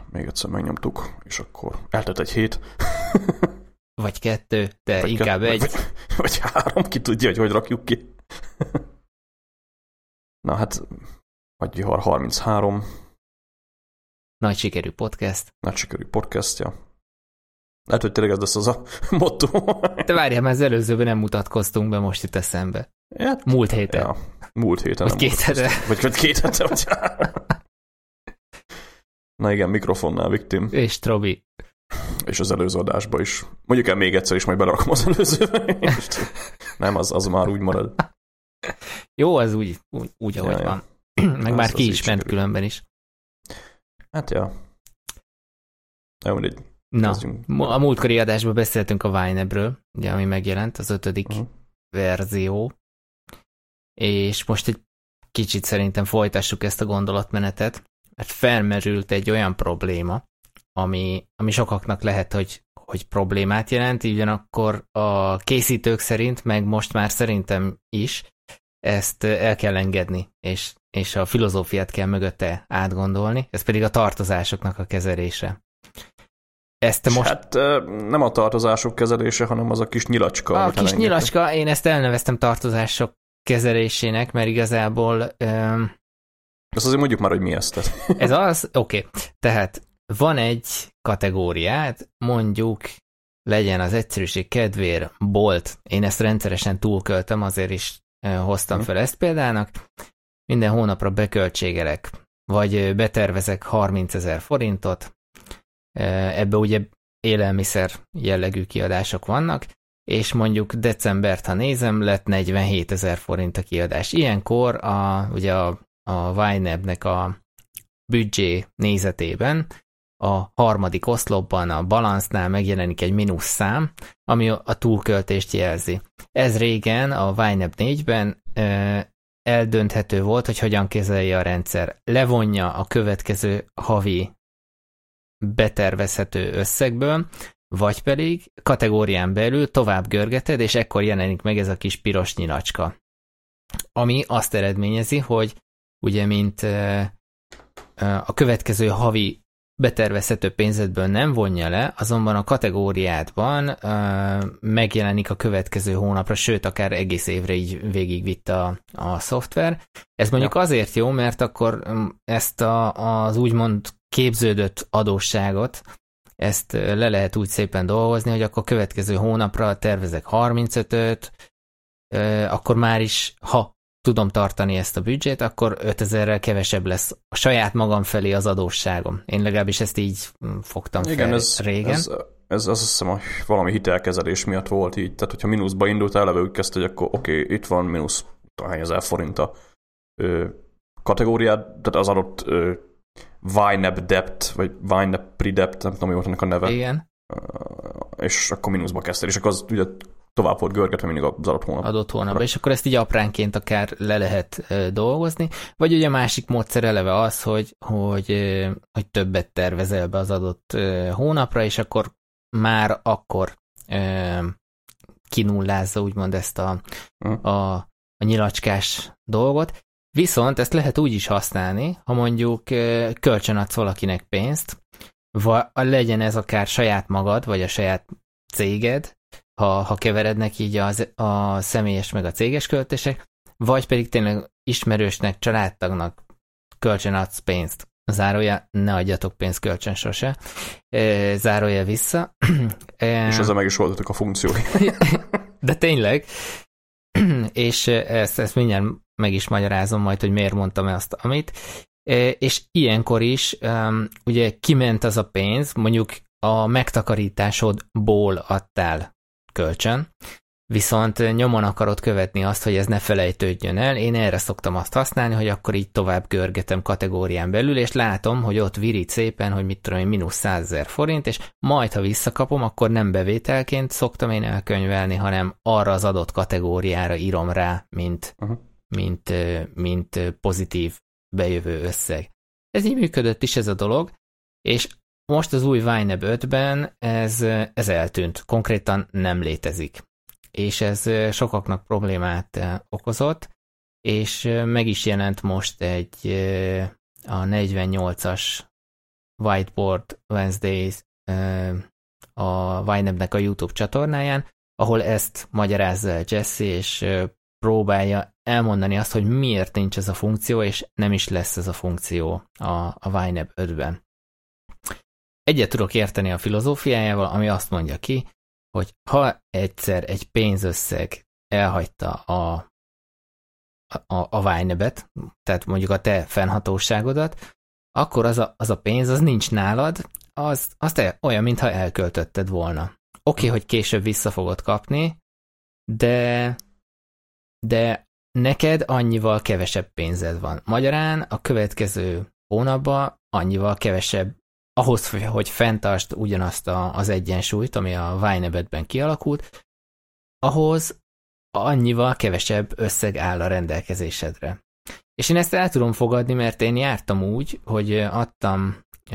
még egyszer megnyomtuk, és akkor eltelt egy hét. Vagy 2, de vagy inkább egy. Vagy 3, ki tudja, hogy rakjuk ki. Na hát, Agyvihar 33. Nagy sikerű podcast. Nagy sikerű podcastja. Lehet, hogy tényleg ez lesz az a motto. Te várjál, mert az előzőben nem mutatkoztunk be, most itt eszembe. Hát, múlt héten. Ja, múlt héten. Vagy 2 hete. Vagy 2 hete. Vagy... Na igen, mikrofonnál Viktim. És Trobi. És az előző adásba is. Mondjuk el még egyszer is, majd belerakom az előzőbe. Nem, az már úgy marad. Jó, az úgy ahogy van. Meg már ki is ment különben is. Hát ja. Jó, mindegy. Na, a múltkori adásban beszéltünk a YNAB-ről, ugye, ami megjelent, az 5. verzió, és most egy kicsit szerintem folytassuk ezt a gondolatmenetet, mert felmerült egy olyan probléma, ami sokaknak lehet, hogy problémát jelent, ugyanakkor a készítők szerint, meg most már szerintem is, ezt el kell engedni, és a filozófiát kell mögötte átgondolni, ez pedig a tartozásoknak a kezelése. Hát nem a tartozások kezelése, hanem az a kis nyilacska. A kis nyilacska, én ezt elneveztem tartozások kezelésének, mert igazából... Ezt azért mondjuk már, hogy mi ezt. Ez az? Oké. Tehát van egy kategóriát, mondjuk legyen az egyszerűség kedvéért bolt. Én ezt rendszeresen túlköltöm, azért is hoztam fel ezt példának. Minden hónapra beköltségelek, vagy betervezek 30 000 forintot, ebbe ugye élelmiszer jellegű kiadások vannak, és mondjuk decembert, ha nézem, lett 47 000 forint a kiadás. Ilyenkor ugye a YNAB-nek a büdzsé nézetében a harmadik oszlopban, a balancnál megjelenik egy mínusz szám, ami a túlköltést jelzi. Ez régen a YNAB 4-ben eldönthető volt, hogy hogyan kezelje a rendszer. Levonja a következő havi betervezhető összegből, vagy pedig kategórián belül tovább görgeted, és ekkor jelenik meg ez a kis piros nyilacska. Ami azt eredményezi, hogy ugye, mint a következő havi betervezhető pénzedből nem vonja le, azonban a kategóriádban megjelenik a következő hónapra, sőt, akár egész évre így végigvitt a szoftver. Ez mondjuk azért jó, mert akkor ezt az úgymond képződött adósságot, ezt le lehet úgy szépen dolgozni, hogy akkor következő hónapra tervezek 35-öt, akkor már is, ha tudom tartani ezt a büdzsét, akkor 5000-rel kevesebb lesz a saját magam felé az adósságom. Én legalábbis ezt így fogtam fel régen. Ez azt hiszem, hogy valami hitelkezelés miatt volt így. Tehát, hogyha mínuszba indult, eleve úgy kezdte, hogy akkor oké, itt van mínusz hány ezer forint a kategóriád, tehát az adott YNAB debt, vagy YNAB pre-debt, nem tudom, mi volt ennek a neve. Igen. És akkor mínuszba kezdtél, és akkor az ugye tovább volt görgetve mindig az adott hónap. Adott hónapban, és akkor ezt így apránként akár le lehet dolgozni, vagy ugye a másik módszer eleve az, hogy többet tervezel be az adott hónapra, és akkor már akkor kinullázza úgymond ezt a nyilacskás dolgot. Viszont ezt lehet úgy is használni, ha mondjuk kölcsönadsz valakinek pénzt, vagy legyen ez akár saját magad, vagy a saját céged, ha keverednek így a személyes meg a céges költések, vagy pedig tényleg ismerősnek, családtagnak kölcsönadsz pénzt. Zárója, ne adjatok pénzt kölcsön sose. Zárója vissza. És ezzel meg is oldottuk a funkciói. De tényleg. És ezt mindjárt meg is magyarázom majd, hogy miért mondtam ezt, amit. És ilyenkor is ugye kiment az a pénz, mondjuk a megtakarításodból adtál kölcsön, viszont nyomon akarod követni azt, hogy ez ne felejtődjön el. Én erre szoktam azt használni, hogy akkor így tovább görgetem kategórián belül, és látom, hogy ott virít szépen, hogy mit tudom én, mínusz 100 000 forint, és majd, ha visszakapom, akkor nem bevételként szoktam én elkönyvelni, hanem arra az adott kategóriára írom rá, mint pozitív bejövő összeg. Ez így működött is ez a dolog, és most az új YNAB 5-ben ez eltűnt, konkrétan nem létezik. És ez sokaknak problémát okozott, és meg is jelent most a 48-as Whiteboard Wednesdays a YNAB-nek a YouTube csatornáján, ahol ezt magyarázza el Jesse, és próbálja elmondani azt, hogy miért nincs ez a funkció, és nem is lesz ez a funkció a YNAB 5-ben. Egyet tudok érteni a filozófiájával, ami azt mondja ki, hogy ha egyszer egy pénzösszeg elhagyta a YNAB-et, tehát mondjuk a te fennhatóságodat, akkor az a pénz, az nincs nálad, az olyan, mintha elköltötted volna. Oké, hogy később vissza fogod kapni, de neked annyival kevesebb pénzed van. Magyarán a következő hónapban annyival kevesebb, ahhoz, hogy fenntartsd ugyanazt az egyensúlyt, ami a YNAB-ben kialakult, ahhoz annyival kevesebb összeg áll a rendelkezésedre. És én ezt el tudom fogadni, mert én jártam úgy, hogy adtam,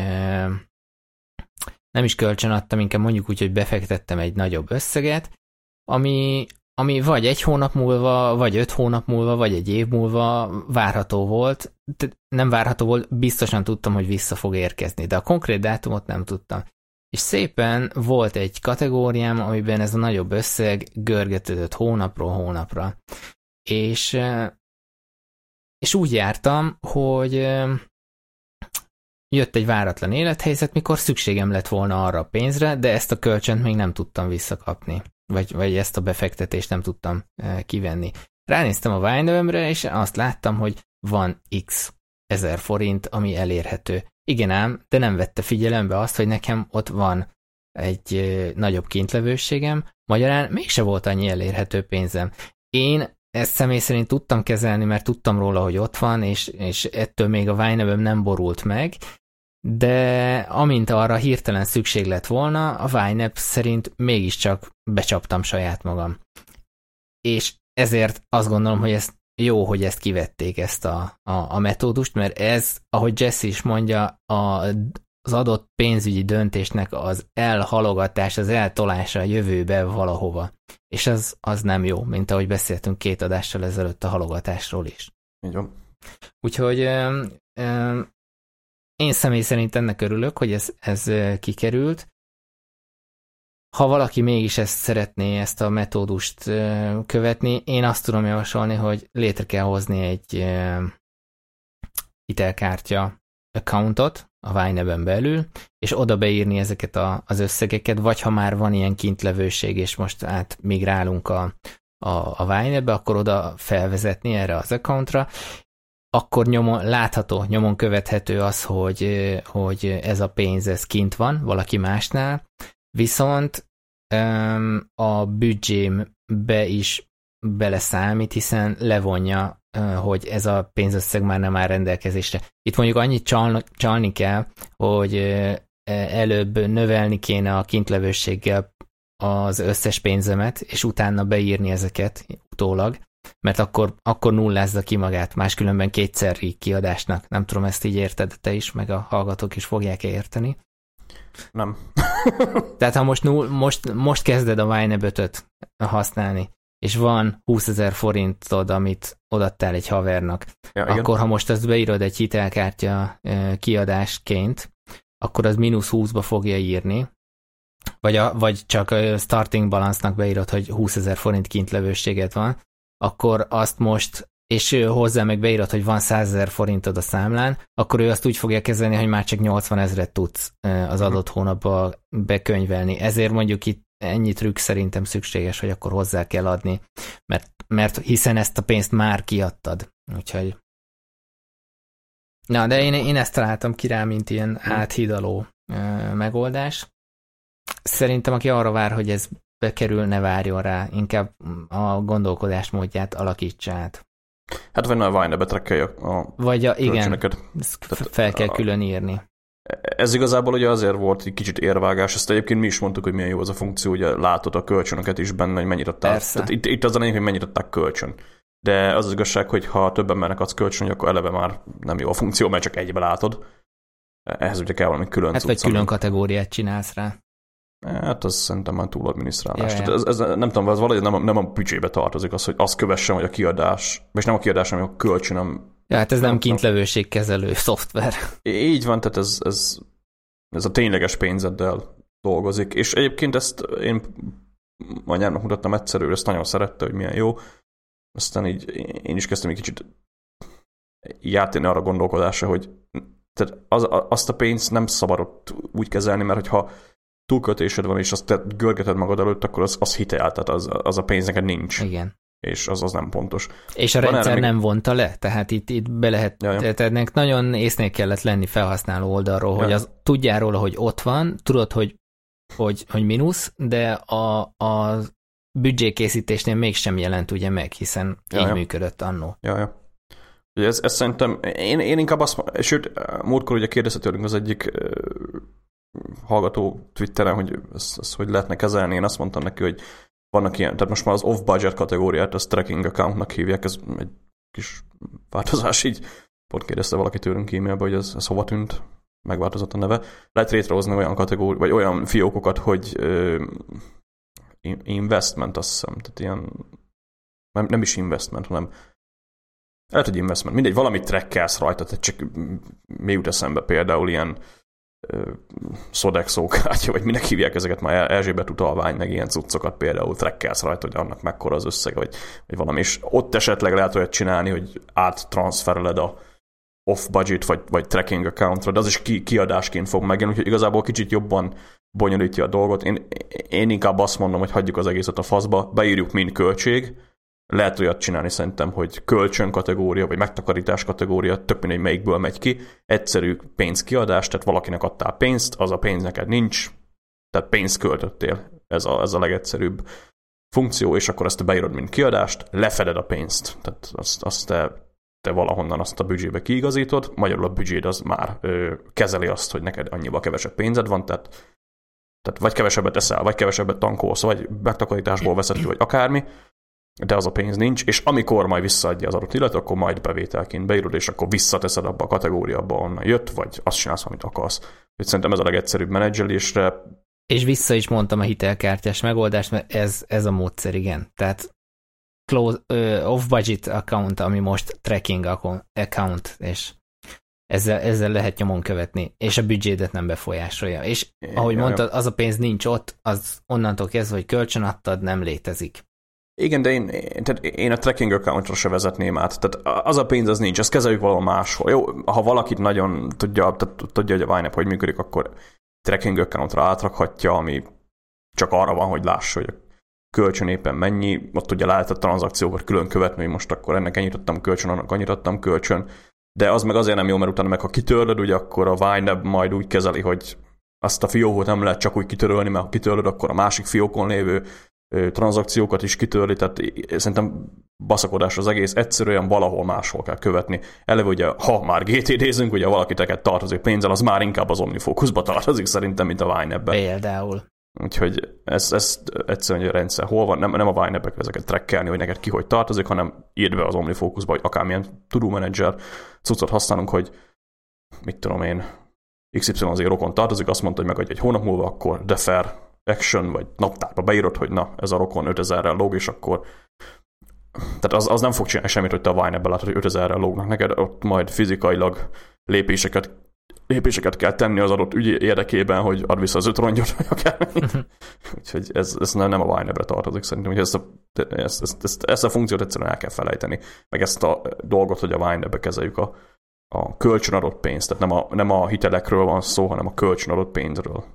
nem is kölcsön adtam, inkább mondjuk úgy, hogy befektettem egy nagyobb összeget, ami vagy 1 hónap múlva, vagy 5 hónap múlva, vagy 1 év múlva várható volt. Nem várható volt, biztosan tudtam, hogy vissza fog érkezni, de a konkrét dátumot nem tudtam. És szépen volt egy kategóriám, amiben ez a nagyobb összeg görgetődött hónapról hónapra. És úgy jártam, hogy jött egy váratlan élethelyzet, mikor szükségem lett volna arra a pénzre, de ezt a kölcsönt még nem tudtam visszakapni. Vagy ezt a befektetést nem tudtam kivenni. Ránéztem a YNAB-re, és azt láttam, hogy van x 1000 forint, ami elérhető. Igen ám, de nem vette figyelembe azt, hogy nekem ott van egy nagyobb kintlevőségem, magyarán mégse volt annyi elérhető pénzem. Én ezt személy szerint tudtam kezelni, mert tudtam róla, hogy ott van, és ettől még a YNAB-öm nem borult meg, de amint arra hirtelen szükség lett volna, a YNAB szerint mégiscsak becsaptam saját magam. És ezért azt gondolom, hogy ez jó, hogy ezt kivették, ezt a metódust, mert ez, ahogy Jesse is mondja, az adott pénzügyi döntésnek az elhalogatás, az eltolása a jövőbe valahova. És az nem jó, mint ahogy beszéltünk 2 adással ezelőtt a halogatásról is. Így van. Úgyhogy én személy szerint ennek örülök, hogy ez kikerült. Ha valaki mégis szeretné ezt a metódust követni, én azt tudom javasolni, hogy létre kell hozni egy hitelkártya accountot a YNAB-en belül, és oda beírni ezeket az összegeket, vagy ha már van ilyen kintlevőség, és most átmigrálunk a YNAB-be, akkor oda felvezetni erre az accountra, akkor nyomon követhető az, hogy ez a pénz ez kint van valaki másnál, viszont a büdzsémbe is beleszámít, hiszen levonja, hogy ez a pénzösszeg már nem áll rendelkezésre. Itt mondjuk annyit csalni kell, hogy előbb növelni kéne a kintlevőséggel az összes pénzemet, és utána beírni ezeket utólag, mert akkor nullázza ki magát, máskülönben kétszeri kiadásnak. Nem tudom, ezt így érted te is, meg a hallgatók is fogják érteni. Nem. Tehát ha most kezded a YNAB 5-öt használni, és van 20 000 forintod, amit odaadtál egy havernak, ja, akkor ha most ezt beírod egy hitelkártya kiadásként, akkor az -20-ba fogja írni, vagy csak a starting balance-nak beírod, hogy 20 000 forint kintlevőséged van, akkor azt most, és hozzá meg beírod, hogy van 100 000 forintod a számlán, akkor ő azt úgy fogja kezelni, hogy már csak 80 000 tudsz az adott hónapba bekönyvelni. Ezért mondjuk itt ennyi trükk szerintem szükséges, hogy akkor hozzá kell adni, mert hiszen ezt a pénzt már kiadtad. Úgyhogy... Na, de én ezt találtam ki rá, mint ilyen áthidaló megoldás. Szerintem, aki arra vár, hogy ez bekerül, ne várjon rá, inkább a gondolkodásmódját alakítsa át. Hát vagy a YNAB-et rekkelje a kölcsönöket. Fel kell külön írni. Ez igazából ugye azért volt egy kicsit érvágás, ezt egyébként mi is mondtuk, hogy milyen jó az a funkció, ugye látod a kölcsönöket is benne, hogy mennyit adtál. Tehát itt az a lényeg, hogy mennyit adták kölcsön. De az igazság, hogy ha több embernek adsz kölcsön, akkor eleve már nem jó a funkció, mert csak egybe látod. Ehhez ugye kell valami külön cucc. Hát vagy külön kategóriát csinálsz rá. Hát az szerintem már túl adminisztrálás. Tehát ez nem tudom, ez valahogy nem a büdzsébe tartozik az, hogy azt kövessen, hogy a kiadás, és nem a kiadás, hanem a kölcsön. Ja, hát ez nem kintlevőségkezelő szoftver. Így van, tehát ez ez a tényleges pénzeddel dolgozik. És egyébként ezt én anyámnak mutattam egyszerű, ezt nagyon szerette, hogy milyen jó. Aztán így én is kezdtem egy kicsit jártani arra gondolkodásra, hogy tehát azt a pénzt nem szabad ott úgy kezelni, mert hogyha túlköltésed van, és azt te görgeted magad előtt, akkor az hitel, tehát az a pénz neked nincs. Igen. És az nem pontos. És a rendszer nem vonta le, tehát itt be lehet, tehát ennek nagyon észnél kellett lenni felhasználó oldalról, hogy az tudjál róla, hogy ott van, tudod, hogy mínusz, de a büdzsékészítésnél mégsem jelent ugye meg, hiszen így működött annó. Ja. Ez szerintem, én inkább sőt, múltkor ugye kérdezte tőlünk az egyik hallgató Twitteren, hogy ezt hogy lehetne kezelni, én azt mondtam neki, hogy vannak ilyen, tehát most már az off-budget kategóriát, az tracking accountnak hívják, ez egy kis változás így. Pont kérdezte valaki tőlünk e-mailbe, hogy ez hova tűnt, megváltozott a neve. Lehet létrehozni olyan kategóri, vagy olyan fiókokat, hogy investment, azt hiszem, tehát ilyen, nem is investment, hanem lehet, hogy investment, mindegy, valamit trackelsz rajta, tehát csak mi jut eszembe például ilyen Sodexo kártya, vagy minek hívják ezeket már Erzsébet utalvány, meg ilyen cuccokat például trackelsz rajta, hogy annak mekkora az összeg, vagy valami, és ott esetleg lehet olyat csinálni, hogy áttranszfereled a off-budget, vagy tracking accountra, de az is kiadásként fog megjelenni, úgyhogy igazából kicsit jobban bonyolítja a dolgot. Én inkább azt mondom, hogy hagyjuk az egészet a faszba, beírjuk mind költség, lehet olyat csinálni szerintem, hogy kölcsön kategória, vagy megtakarítás kategória, tök mindegy melyikből megy ki, egyszerű pénzkiadás, tehát valakinek adtál pénzt, az a pénz neked nincs, tehát pénzt költöttél, ez a legegyszerűbb funkció, és akkor ezt te beírod, mint kiadást, lefeded a pénzt, tehát azt te valahonnan azt a büdzsébe kiigazítod, magyarul a büdzséd az már kezeli azt, hogy neked annyival kevesebb pénzed van, tehát vagy kevesebbet eszel, vagy kevesebbet tankolsz, vagy megtakarításból veszed ki, vagy akármi, de az a pénz nincs, és amikor majd visszaadja az adott illető, akkor majd bevételként beírod, és akkor visszateszed abba a kategóriába, onnan jött, vagy azt csinálsz, amit akarsz. Úgyhogy szerintem ez a legegyszerűbb menedzselésre. És vissza is mondtam a hitelkártyás megoldást, mert ez a módszer, igen. Tehát off-budget account, ami most tracking account, és ezzel lehet nyomon követni, és a büdzsédet nem befolyásolja. És ahogy mondtad, az a pénz nincs ott, az onnantól kezdve, hogy kölcsön adtad, nem létezik. Igen, de én a tracking accountra se vezetném át. Tehát az a pénz az nincs, ezt kezeljük valahol máshol. Jó, ha valakit nagyon tudja, hogy a YNAB hogy működik, akkor tracking accountra átrakhatja, ami csak arra van, hogy lássa, hogy a kölcsön éppen mennyi. Ott ugye lehet a tranzakciókat külön követni, hogy most akkor ennek ennyit adtam kölcsön, annak annyit adtam kölcsön. De az meg azért nem jó, mert utána meg ha kitörlöd, ugye akkor a YNAB majd úgy kezeli, hogy azt a fiókot nem lehet csak úgy kitörölni, mert ha kitörlöd, akkor a másik fiókon lévő tranzakciókat is kitörli, tehát szerintem baszakodás az egész, egyszerűen valahol máshol kell követni. Eleve ugye, ha már GTD-zünk, ugye valaki teket tartozik pénzzel, az már inkább az OmniFocusba tartozik szerintem, mint a YNAB-be. Például. Úgyhogy ez egyszerűen egy rendszer. Hol van? Nem a YNAB-ek ezeket trackelni, hogy neked ki hogy tartozik, hanem írd be az OmniFocusba, hogy akármilyen to-do manager cuccot használunk, hogy mit tudom én, XYZ rokon tartozik, azt mondta, hogy megadj egy hónap múlva, akkor defer action, vagy naptárba beírod, hogy na, ez a rokon 5000-rel lóg, és akkor tehát az nem fog csinálni semmit, hogy te a Vine-ben látod, hogy 5000-rel lógnak neked, ott majd fizikailag lépéseket kell tenni az adott ügy érdekében, hogy add vissza az 5 rongyot, vagy akármi. Úgyhogy ez nem a Vine-bre tartozik szerintem, hogy ezt a funkciót egyszerűen el kell felejteni, meg ezt a dolgot, hogy a Vine-be kezeljük a kölcsön adott pénzt, tehát nem a hitelekről van szó, hanem a kölcsön adott pénzről.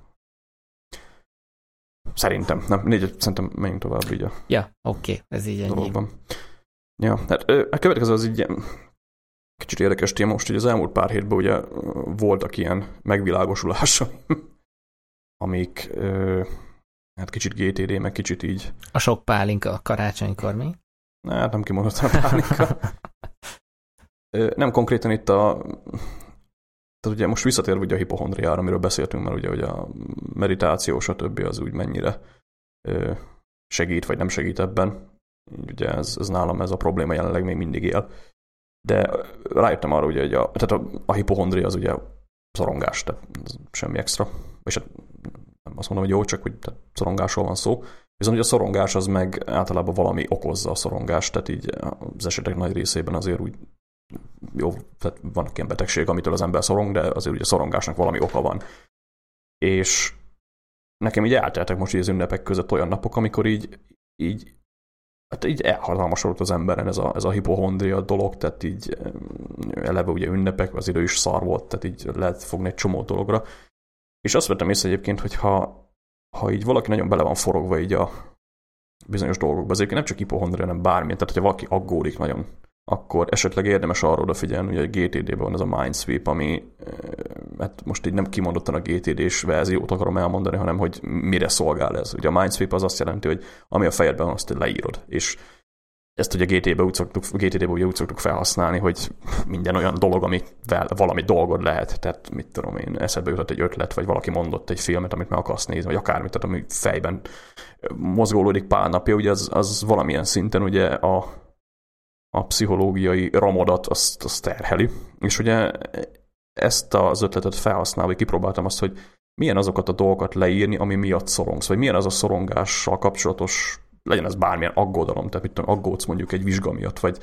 Szerintem. Szerintem menjünk tovább így a oké, ez így ennyi. Dologban. Ja, hát a következő az így kicsit érdekes téma. Most így az elmúlt pár hétben ugye voltak ilyen megvilágosulások, amik hát kicsit GTD, meg kicsit így. A sok pálinka karácsonykor mi? Hát nem kimondottam a pálinka. Nem konkrétan itt tehát ugye most visszatérve ugye a hipohondriára, amiről beszéltünk, mert ugye hogy a meditáció, stb. Az úgy mennyire segít, vagy nem segít ebben. Ugye ez nálam ez a probléma jelenleg még mindig él. De rájöttem arra, ugye, hogy tehát a hipohondria az ugye szorongás, tehát semmi extra. És nem azt mondom, hogy jó, csak hogy szorongásról van szó. Viszont ugye a szorongás az meg általában valami okozza a szorongást, tehát így az esetek nagy részében azért úgy jó, tehát vannak ilyen betegség, amitől az ember szorong, de azért ugye a szorongásnak valami oka van. És nekem így elteltek most így az ünnepek között olyan napok, amikor így elhatalmasodott az emberen ez a hipohondria dolog, tehát így eleve ugye ünnepek, az idő is szar volt, tehát így lehet fogni egy csomó dologra. És azt vettem észre egyébként, hogy ha így valaki nagyon bele van forogva így a bizonyos dolgokba, azért nem csak hipohondria, hanem bármilyen, tehát hogyha valaki aggódik nagyon, akkor esetleg érdemes arra odafigyelni, hogy a GTD-ben van ez a Mindsweep, ami hát most így nem kimondottan a GTD-s verziót akarom elmondani, hanem hogy mire szolgál ez. Ugye a Mindsweep az azt jelenti, hogy ami a fejedben van, azt leírod. És ezt ugye GTD-ben úgy szoktuk felhasználni, hogy minden olyan dolog, amivel valami dolgod lehet. Tehát mit tudom én, eszedbe jutott egy ötlet, vagy valaki mondott egy filmet, amit meg akarsz nézni, vagy akármit, tehát ami fejben mozgolódik pár napja, ugye az valamilyen szinten ugye a pszichológiai ramodat azt terheli. És ugye ezt az ötletet felhasználva, kipróbáltam azt, hogy milyen azokat a dolgokat leírni, ami miatt szorongsz, vagy milyen az a szorongással kapcsolatos, legyen ez bármilyen aggodalom, tehát mit tudom, aggódsz mondjuk egy vizsga miatt, vagy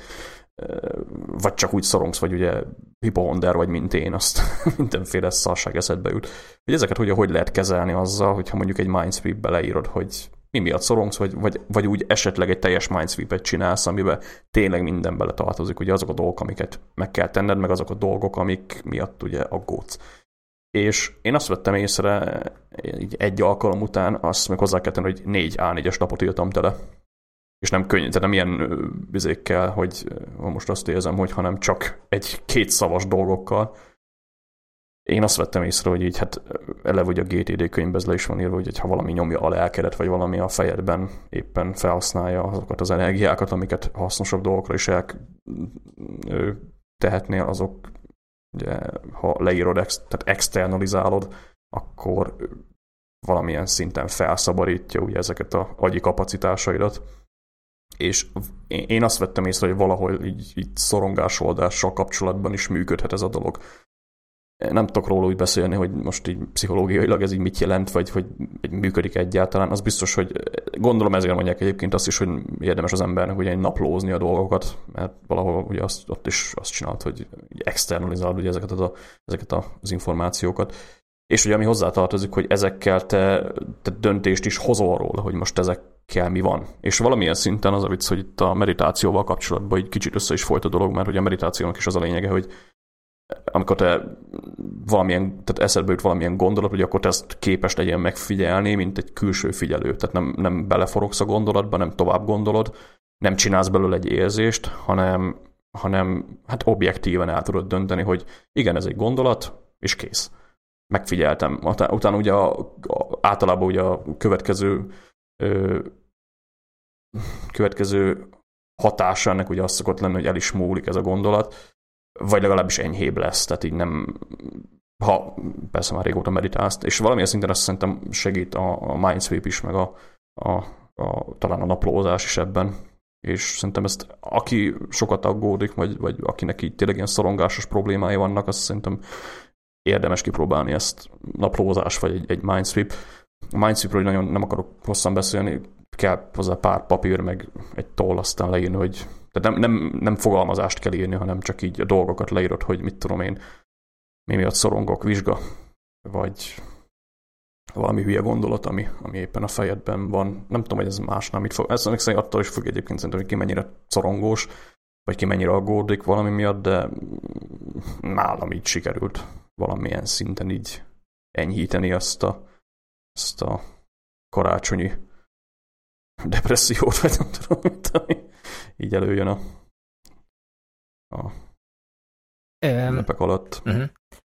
csak úgy szorongsz, vagy ugye hipohonder vagy, mint én, azt mindenféle szarság eszedbe jut. Hogy ezeket hogy lehet kezelni azzal, hogyha mondjuk egy Mindsweep-be leírod, hogy mi miatt szorongsz, vagy úgy esetleg egy teljes Mindsweep-et csinálsz, amiben tényleg minden bele tartozik, ugye azok a dolgok, amiket meg kell tenned, meg azok a dolgok, amik miatt ugye aggódsz. És én azt vettem észre így egy alkalom után, azt meg hozzá kell tenni, hogy 4 A4-es lapot írtam tele. És nem könnyű, tehát nem ilyen bizékkel, hogy most azt érzem, hogy hanem csak 1-2 szavas dolgokkal. Én azt vettem észre, hogy így hát eleve ugye a GTD könyvben le is van írva, hogy ha valami nyomja a lelkedet, vagy valami a fejedben éppen felhasználja azokat az energiákat, amiket hasznosabb dolgokra is tehetnél, azok ugye, ha leírod, tehát externalizálod, akkor valamilyen szinten felszabadítja ugye ezeket az agyi kapacitásaidat. És én azt vettem észre, hogy valahol így szorongásoldással kapcsolatban is működhet ez a dolog. Nem tudok róla úgy beszélni, hogy most így pszichológiailag ez így mit jelent, vagy hogy működik egyáltalán. Az biztos, hogy gondolom ezért mondják egyébként azt is, hogy érdemes az embernek ugye naplózni a dolgokat, mert valahol ugye ott is azt csinált, hogy externalizálod ugye ezeket az információkat. És ugye ami hozzátartozik, hogy ezekkel te döntést is hozol róla, hogy most ezekkel mi van. És valamilyen szinten az a vicc, hogy itt a meditációval kapcsolatban egy kicsit össze is folyt a dolog, mert ugye a meditációnak is az a lényege, hogy amikor te tehát eszedbe jut valamilyen gondolat, ugye akkor te ezt képes legyen megfigyelni, mint egy külső figyelő. Tehát nem beleforogsz a gondolatba, nem tovább gondolod, nem csinálsz belőle egy érzést, hanem hát objektíven el tudod dönteni, hogy igen, ez egy gondolat, és kész. Megfigyeltem. Utána ugye általában ugye a következő hatása ennek ugye az szokott lenni, hogy el is múlik ez a gondolat, vagy legalábbis enyhébb lesz, tehát így nem, ha persze már régóta meditálsz, és valamilyen szinten azt szerintem segít a Mindsweep is, meg talán a naplózás is ebben, és szerintem ezt, aki sokat aggódik, vagy akinek így tényleg ilyen szorongásos problémái vannak, azt szerintem érdemes kipróbálni ezt, naplózás, vagy egy Mindsweep. A Mindsweepről nagyon nem akarok hosszan beszélni, kell hozzá pár papír, meg egy toll, aztán leírni, hogy tehát nem fogalmazást kell írni, hanem csak így a dolgokat leírod, hogy mit tudom én, mi miatt szorongok, vizsga, vagy valami hülye gondolat, ami éppen a fejedben van. Nem tudom, hogy ez másnál mit fog. Ez szerint attól is függ egyébként szerintem, hogy ki mennyire szorongós, vagy ki mennyire aggódik valami miatt, de nálam így sikerült valamilyen szinten így enyhíteni ezt a karácsonyi depressziót, vagy nem tudom, ami így előjön a ünnepek alatt. Uh-huh.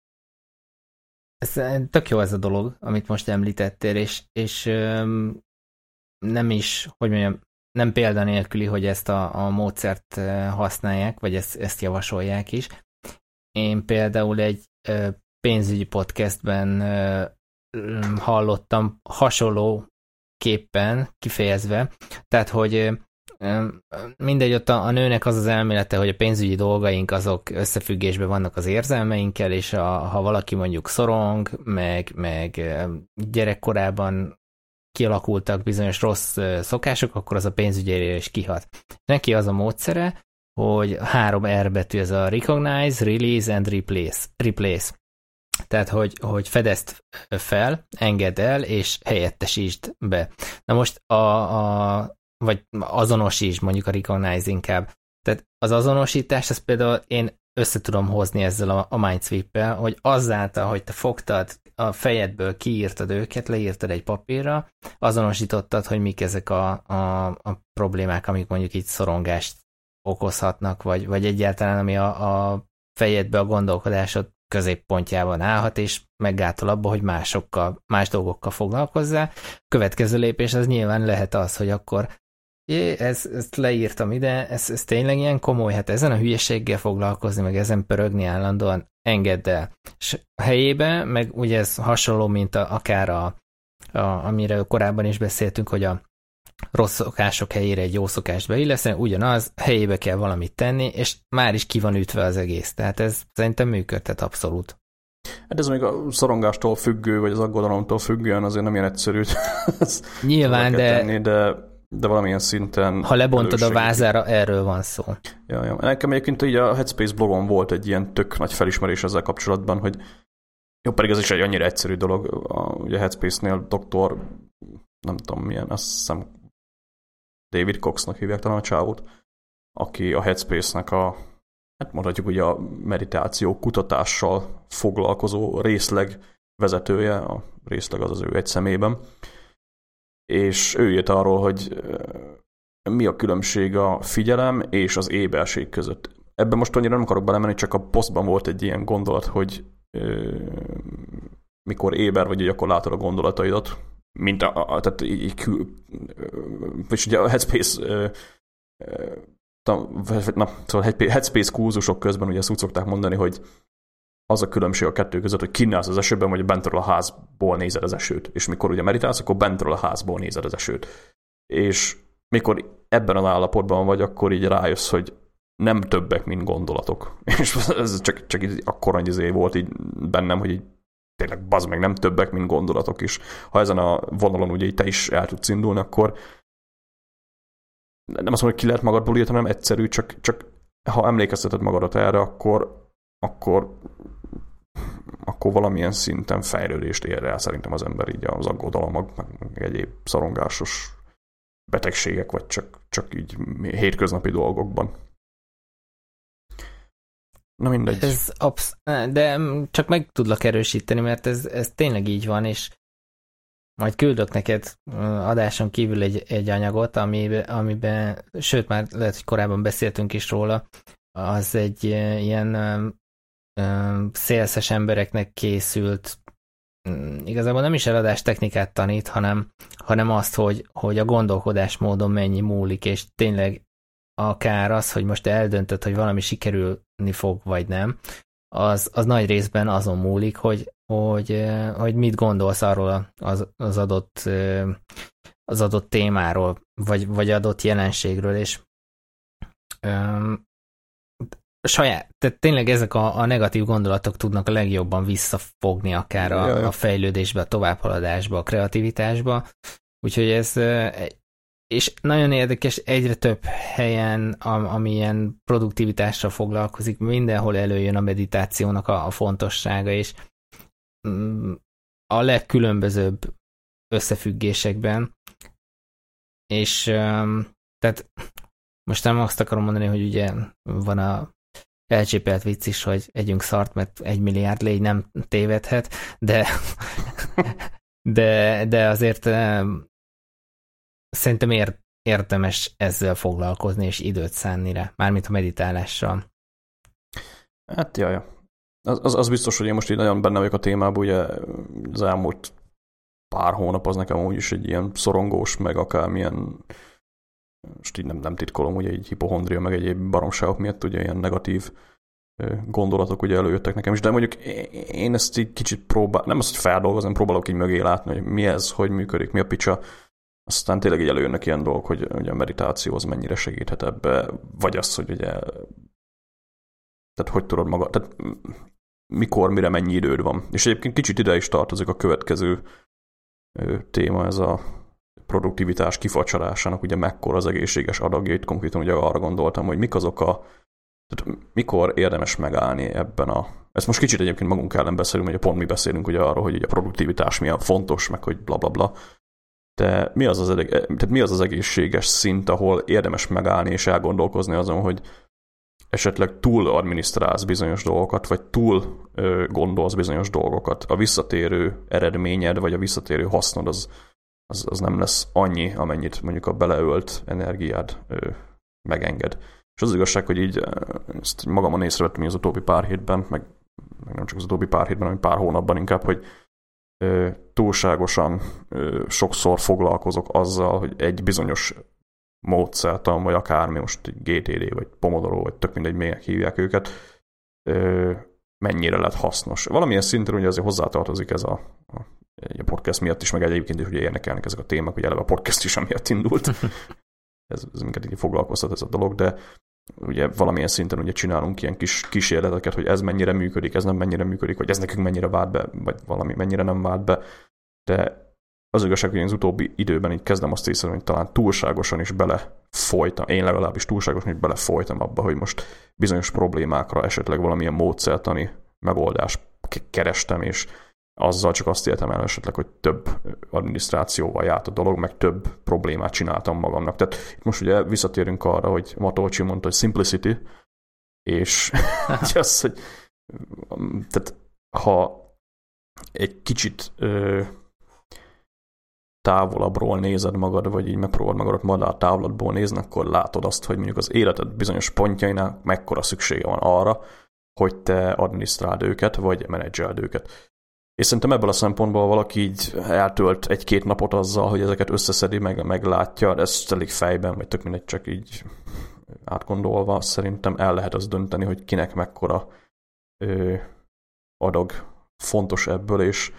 Ez tök jó ez a dolog, amit most említettél, és nem is, hogy mondjam, nem példanélküli, hogy ezt a módszert használják, vagy ezt javasolják is. Én például egy pénzügyi podcastben hallottam hasonlóképpen kifejezve, tehát, hogy mindegy, ott a nőnek az elmélete, hogy a pénzügyi dolgaink azok összefüggésben vannak az érzelmeinkkel, és ha valaki mondjuk szorong, meg gyerekkorában kialakultak bizonyos rossz szokások, akkor az a pénzügyére is kihat. Neki az a módszere, hogy 3 R betű, ez a recognize, release and replace. Tehát, hogy fedezd fel, engedd el, és helyettesítsd be. Na most vagy azonosítsd, mondjuk a recognize inkább. Tehát az azonosítás, ezt például én össze tudom hozni ezzel a Mindsweep-el, hogy azáltal, hogy te fogtad, a fejedből kiírtad őket, leírtad egy papírra, azonosítottad, hogy mik ezek a problémák, amik mondjuk itt szorongást okozhatnak, vagy egyáltalán ami a fejedbe a gondolkodásod középpontjában állhat, és meggátol abba, hogy más dolgokkal foglalkozzál. Következő lépés az nyilván lehet az, hogy akkor ezt leírtam ide, ez tényleg ilyen komoly, hát ezen a hülyeséggel foglalkozni, meg ezen pörögni állandóan, engedd el. És a helyébe, meg ugye ez hasonló, mint akár amiről korábban is beszéltünk, hogy a rossz szokások helyére egy jó szokást beilleszteni, ugyanaz, helyébe kell valamit tenni, és már is ki van ütve az egész. Tehát ez szerintem működtet abszolút. Hát ez még a szorongástól függő, vagy az aggodalomtól függően azért nem ilyen egyszerű. Nyilván, de valamilyen szinten... Ha lebontod a vázára, erről van szó. Ja. Nekem egyébként így a Headspace blogon volt egy ilyen tök nagy felismerés ezzel kapcsolatban, hogy jó, pedig ez is egy annyira egyszerű dolog. Ugye a Headspace-nél doktor, nem tudom milyen, azt hiszem David Coxnak hívják talán a csávót, aki a Headspace-nek hát mondhatjuk ugye a meditáció kutatással foglalkozó részleg vezetője, a részleg az ő egy szemében, és ő jött arról, hogy mi a különbség a figyelem és az éberség között. Ebben most annyira nem akarok belemenni, csak a posztban volt egy ilyen gondolat, hogy mikor éber vagy, akkor látod a gondolataidat, mint tehát és ugye a Headspace szóval Headspace kurzusok közben ugye azt úgy szokták mondani, hogy az a különbség a kettő között, hogy kinn állsz az esőben, vagy bentről a házból nézed az esőt. És mikor ugye meditálsz, akkor bentről a házból nézed az esőt. És mikor ebben az állapotban vagy, akkor így rájössz, hogy nem többek, mint gondolatok. És ez csak így akkor annyi volt így bennem, hogy így tényleg bazd meg, nem többek, mint gondolatok is. Ha ezen a vonalon ugye te is el tudsz indulni, akkor nem azt mondom, hogy ki lehet magadból írni, hanem egyszerű, csak ha emlékezteted magadat erre, akkor valamilyen szinten fejlődést ér el szerintem az ember így az aggodalmak, meg egyéb szorongásos betegségek, vagy csak így hétköznapi dolgokban. Na mindegy. De csak meg tudlak erősíteni, mert ez tényleg így van, és majd küldök neked adáson kívül egy anyagot, amiben, sőt már lehet, hogy korábban beszéltünk is róla, az egy ilyen szélszes embereknek készült, igazából nem is eladás technikát tanít, hanem azt, hogy a gondolkodásmódon mennyi múlik, és tényleg akár az, hogy most eldöntöd, hogy valami sikerülni fog, vagy nem, az nagy részben azon múlik, hogy mit gondolsz arról az adott témáról, vagy adott jelenségről, és tehát tényleg ezek a negatív gondolatok tudnak a legjobban visszafogni akár a fejlődésbe, a továbbhaladásba, a kreativitásba. Úgyhogy ez, és nagyon érdekes, egyre több helyen, ami ilyen produktivitásra foglalkozik, mindenhol előjön a meditációnak a fontossága, és a legkülönbözőbb összefüggésekben, és tehát most nem azt akarom mondani, hogy ugye van a elcsépelt vicc is, hogy együnk szart, mert 1 milliárd légy nem tévedhet, de azért szerintem érdemes ezzel foglalkozni, és időt szánni rá, mármint a meditálással. Hát jaj. Az biztos, hogy én most így nagyon benne vagyok a témában, ugye az elmúlt pár hónap az nekem úgyis egy ilyen szorongós, meg akármilyen, most így nem titkolom, ugye így hipohondria, meg egyéb baromságok miatt ugye ilyen negatív gondolatok ugye előjöttek nekem is, de mondjuk én ezt így kicsit nem azt, hogy feldolgozom, próbálok így mögé látni, hogy mi ez, hogy működik, mi a picsa, aztán tényleg így előjönnek ilyen dolgok, hogy ugye a meditáció az mennyire segíthet ebbe, vagy az, hogy ugye tehát hogy tudod magad, tehát mikor, mire mennyi időd van. És egyébként kicsit ide is tartozik a következő téma, ez a produktivitás kifacsarásának, ugye mekkora az egészséges adagjait, konkrétan ugye arra gondoltam, hogy mik azok a Tehát mikor érdemes megállni ebben ezt most kicsit egyébként magunk ellen beszélünk, hogy pont mi beszélünk ugye arról, hogy ugye a produktivitás milyen fontos, meg hogy bla bla bla. De mi az az egészséges szint, ahol érdemes megállni és elgondolkozni azon, hogy esetleg túl adminisztrálsz bizonyos dolgokat, vagy túl gondolsz bizonyos dolgokat. A visszatérő eredményed, vagy a visszatérő hasznod az nem lesz annyi, amennyit mondjuk a beleölt energiád megenged. És az igazság, hogy így ezt magamon észrevettem az utóbbi pár hétben, meg nem csak az utóbbi pár hétben, hanem pár hónapban inkább, hogy túlságosan sokszor foglalkozok azzal, hogy egy bizonyos módszertan, vagy akármi, most GTD, vagy Pomodoro, vagy tök mindegy, minek hívják őket, mennyire lett hasznos. Valamilyen szinten ugye azért hozzátartozik ez a podcast miatt is, meg egyébként is ugye érdekelnek ezek a témák, hogy eleve a podcast is amiatt indult. ez minket így foglalkoztat ez a dolog, de ugye valamilyen szinten ugye csinálunk ilyen kis kísérleteket, hogy ez mennyire működik, ez nem mennyire működik, vagy ez nekünk mennyire vált be, vagy valami mennyire nem vált be. De az igazság, hogy az utóbbi időben így kezdem azt észrevenni, hogy talán túlságosan is belefolytam, én legalábbis túlságosan is belefolytam abba, hogy most bizonyos problémákra esetleg valamilyen módszertani megoldást kerestem, és azzal csak azt éltem el esetleg, hogy több adminisztrációval járt a dolog, meg több problémát csináltam magamnak. Tehát itt most ugye visszatérünk arra, hogy Matolcsi mondta, hogy simplicity, és az, hogy tehát ha egy kicsit távolabbról nézed magad, vagy így megpróbálod magadat madár távlatból nézni, akkor látod azt, hogy mondjuk az életed bizonyos pontjainál mekkora szüksége van arra, hogy te adminisztráld őket, vagy menedzseld őket. És szerintem ebből a szempontból valaki így eltölt egy-két napot azzal, hogy ezeket összeszedi, meglátja, de ez elég fejben, vagy tök mindegy, csak így átgondolva, szerintem el lehet azt dönteni, hogy kinek mekkora adag fontos ebből, és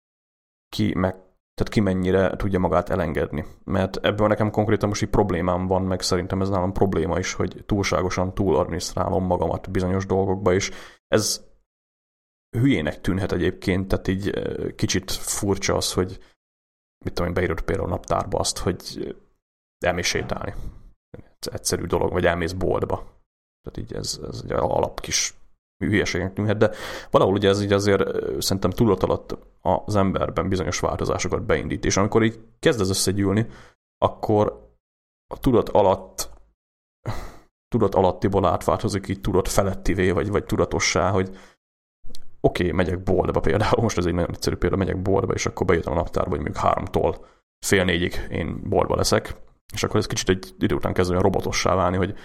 ki mennyire tudja magát elengedni. Mert ebből nekem konkrétan most így problémám van, meg szerintem ez nálam probléma is, hogy túlságosan túl adminisztrálom magamat bizonyos dolgokba, és ez hülyének tűnhet egyébként, tehát így kicsit furcsa az, hogy mit tudom én, beírod például a naptárba azt, hogy elmész sétálni. Egyszerű dolog, vagy elmész boltba. Tehát így ez egy alap kis hülyeségnek tűnhet, de valahol ugye ez így azért szerintem tudat alatt az emberben bizonyos változásokat beindít, és amikor így kezd ez összegyűlni, akkor a tudat alattiból átváltozik így tudat felettivé, vagy tudatossá, hogy oké, megyek boltba például, most ez egy nagyon egyszerű példa, megyek boltba, és akkor bejöttem a naptárba, hogy mondjuk 3-tól fél 4-ig én boltba leszek, és akkor ez kicsit egy idő után kezd olyan robotossá válni, hogy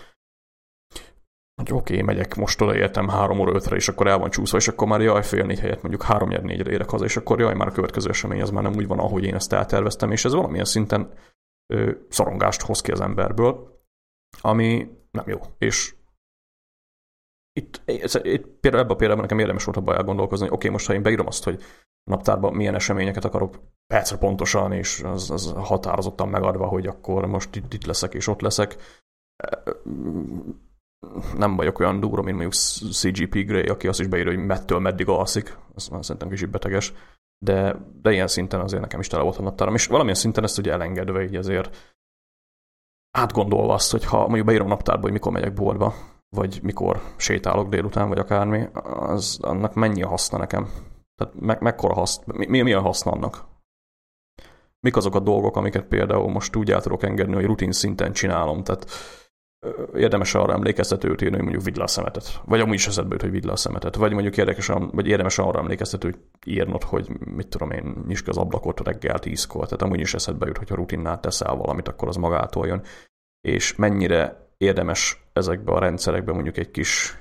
oké, megyek most odaértem 3 óra 5-re, és akkor el van csúszva, és akkor már jaj, fél 4 helyett mondjuk 3-4-re érek haza, és akkor jaj, már a következő esemény az már nem úgy van, ahogy én ezt elterveztem, és ez valamilyen szinten szorongást hoz ki az emberből, ami nem jó. És itt például ebben a példában nekem érdemes volt abban elgondolkozni, hogy oké, most ha én beírom azt, hogy a naptárban milyen eseményeket akarok percre pontosan, és az határozottan megadva, hogy akkor most itt leszek és ott leszek, nem vagyok olyan durva, mint mondjuk CGP Grey, aki azt is beírja, hogy mettől meddig alszik, az már szerintem kicsit beteges, de ilyen szinten azért nekem is tele volt a naptáram, és valamilyen szinten ezt ugye elengedve, így azért átgondolva azt, hogy ha mondjuk beírom a naptárba, hogy mikor megyek boltba, vagy mikor sétálok délután, vagy akármi, annak mennyi a haszna nekem? Tehát mekkora haszna? Mi a haszna annak? Mik azok a dolgok, amiket például most úgy el tudok engedni, hogy rutin szinten csinálom? Tehát érdemes arra emlékeztetőt írni, hogy mondjuk vidd le a szemetet. Vagy amúgy is eszedbe jut, hogy vidd le a szemetet. Vagy mondjuk érdemes arra emlékeztetőt írnod, hogy mit tudom én, nyisd ki az ablakot reggel 10-kor. Tehát amúgy is eszedbe jut, hogyha rutinnál teszel valamit, akkor az magától jön. És mennyire érdemes ezekbe a rendszerekbe mondjuk egy kis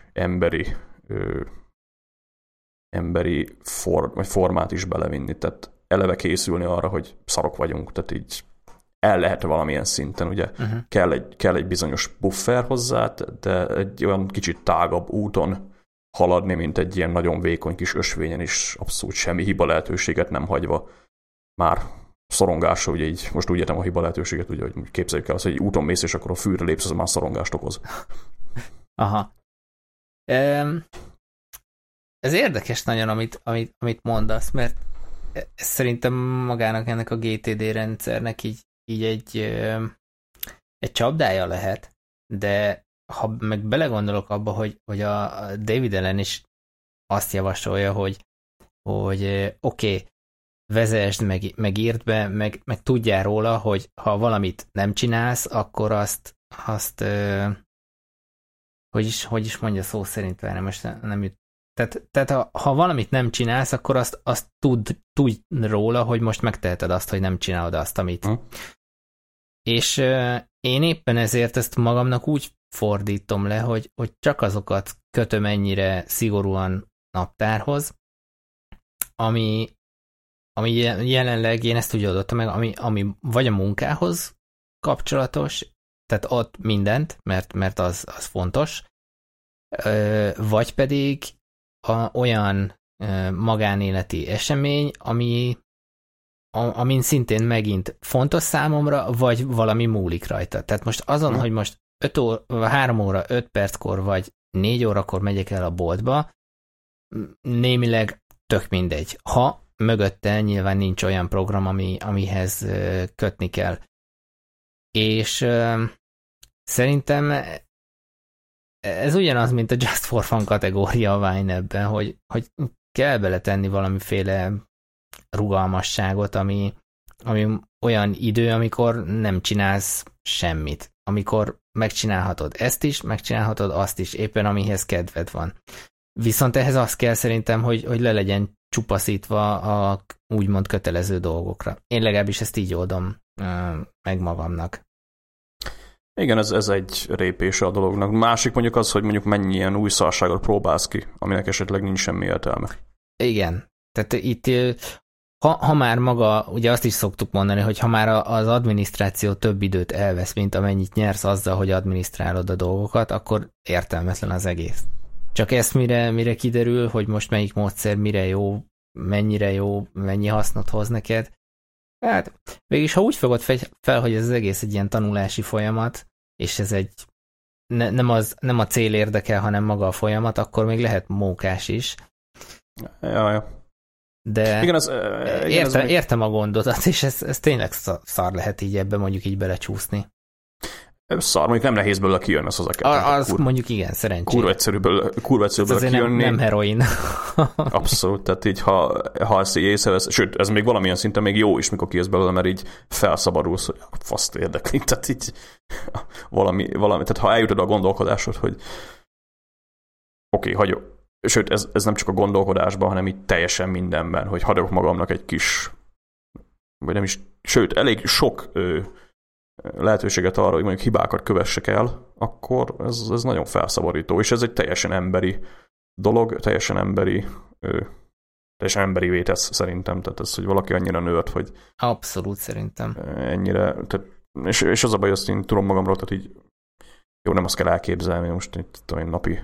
emberi formát is belevinni. Tehát eleve készülni arra, hogy szarok vagyunk. Tehát így el lehet valamilyen szinten, ugye kell egy bizonyos buffer hozzá, de egy olyan kicsit tágabb úton haladni, mint egy ilyen nagyon vékony kis ösvényen is, abszolút semmi hiba lehetőséget nem hagyva. Már szorongásra, ugye így, most úgy értem a hiba lehetőséget, ugye, hogy képzeljük el azt, hogy egy úton mész, és akkor a fűre lépsz, az már szorongást okoz. Aha. Ez érdekes nagyon, amit mondasz, mert szerintem magának ennek a GTD rendszernek így egy csapdája lehet, de ha meg belegondolok abba, hogy a David Allen is azt javasolja, hogy oké, vezesd, meg írd be, meg tudjál róla, hogy ha valamit nem csinálsz, akkor azt hogy is mondja szó szerint, várj, most nem jut. Tehát ha valamit nem csinálsz, akkor azt tudj róla, hogy most megteheted azt, hogy nem csinálod azt, amit. És én éppen ezért ezt magamnak úgy fordítom le, hogy csak azokat kötöm ennyire szigorúan naptárhoz, ami jelenleg én ezt úgy adottam meg, ami vagy a munkához kapcsolatos, tehát ott mindent, mert az fontos, vagy pedig olyan magánéleti esemény, amin szintén megint fontos számomra, vagy valami múlik rajta. Tehát most azon, hogy most 3 óra 5 perckor, vagy 4 órakor megyek el a boltba, némileg tök mindegy. Ha mögötte nyilván nincs olyan program, amihez kötni kell. És szerintem ez ugyanaz, mint a Just for Fun kategória a Vine ebben, hogy kell beletenni valamiféle rugalmasságot, ami olyan idő, amikor nem csinálsz semmit. Amikor megcsinálhatod ezt is, megcsinálhatod azt is, éppen amihez kedved van. Viszont ehhez az kell szerintem, hogy le legyen csupaszítva a úgymond kötelező dolgokra. Én legalábbis ezt így oldom meg magamnak. Igen, ez egy répése a dolognak. Másik mondjuk az, hogy mondjuk mennyi ilyen új szarságot próbálsz ki, aminek esetleg nincs semmi értelme. Igen. Tehát itt, ha már maga, ugye azt is szoktuk mondani, hogy ha már az adminisztráció több időt elvesz, mint amennyit nyersz azzal, hogy adminisztrálod a dolgokat, akkor értelmetlen az egész. Csak ezt mire kiderül, hogy most melyik módszer mire jó, mennyi hasznot hoz neked. Hát végülis, ha úgy fogod fel, hogy ez az egész egy ilyen tanulási folyamat, és ez egy nem a cél érdekel, hanem maga a folyamat, akkor még lehet mókás is. Ja. De igen, értem a gondodat, és ez tényleg szar lehet így ebbe mondjuk így belecsúszni. Szar, mondjuk nem nehéz belőle kijönni az az mondjuk igen, szerencsére. Kurva egyszerűből kijönni. Nem heroin. Abszolút, tehát így ha ezt így észrevesz, sőt, ez még valamilyen szinten még jó is, mikor kijössz belőle, mert így felszabadulsz, hogy faszt érdekli, tehát így valami, tehát ha eljutod a gondolkodásod, hogy oké, hagyjuk. Sőt, ez nem csak a gondolkodásban, hanem így teljesen mindenben, hogy hagyok magamnak egy kis, vagy nem is, sőt, elég sok lehetőséget arra, hogy mondjuk hibákat kövessek el, akkor ez nagyon felszabadító, és ez egy teljesen emberi dolog, teljesen emberivé tesz szerintem, tehát ez, hogy valaki annyira nőtt, hogy abszolút szerintem. Ennyire, tehát, és az a baj, azt én tudom magamról, tehát így jó, nem azt kell elképzelni, most itt napi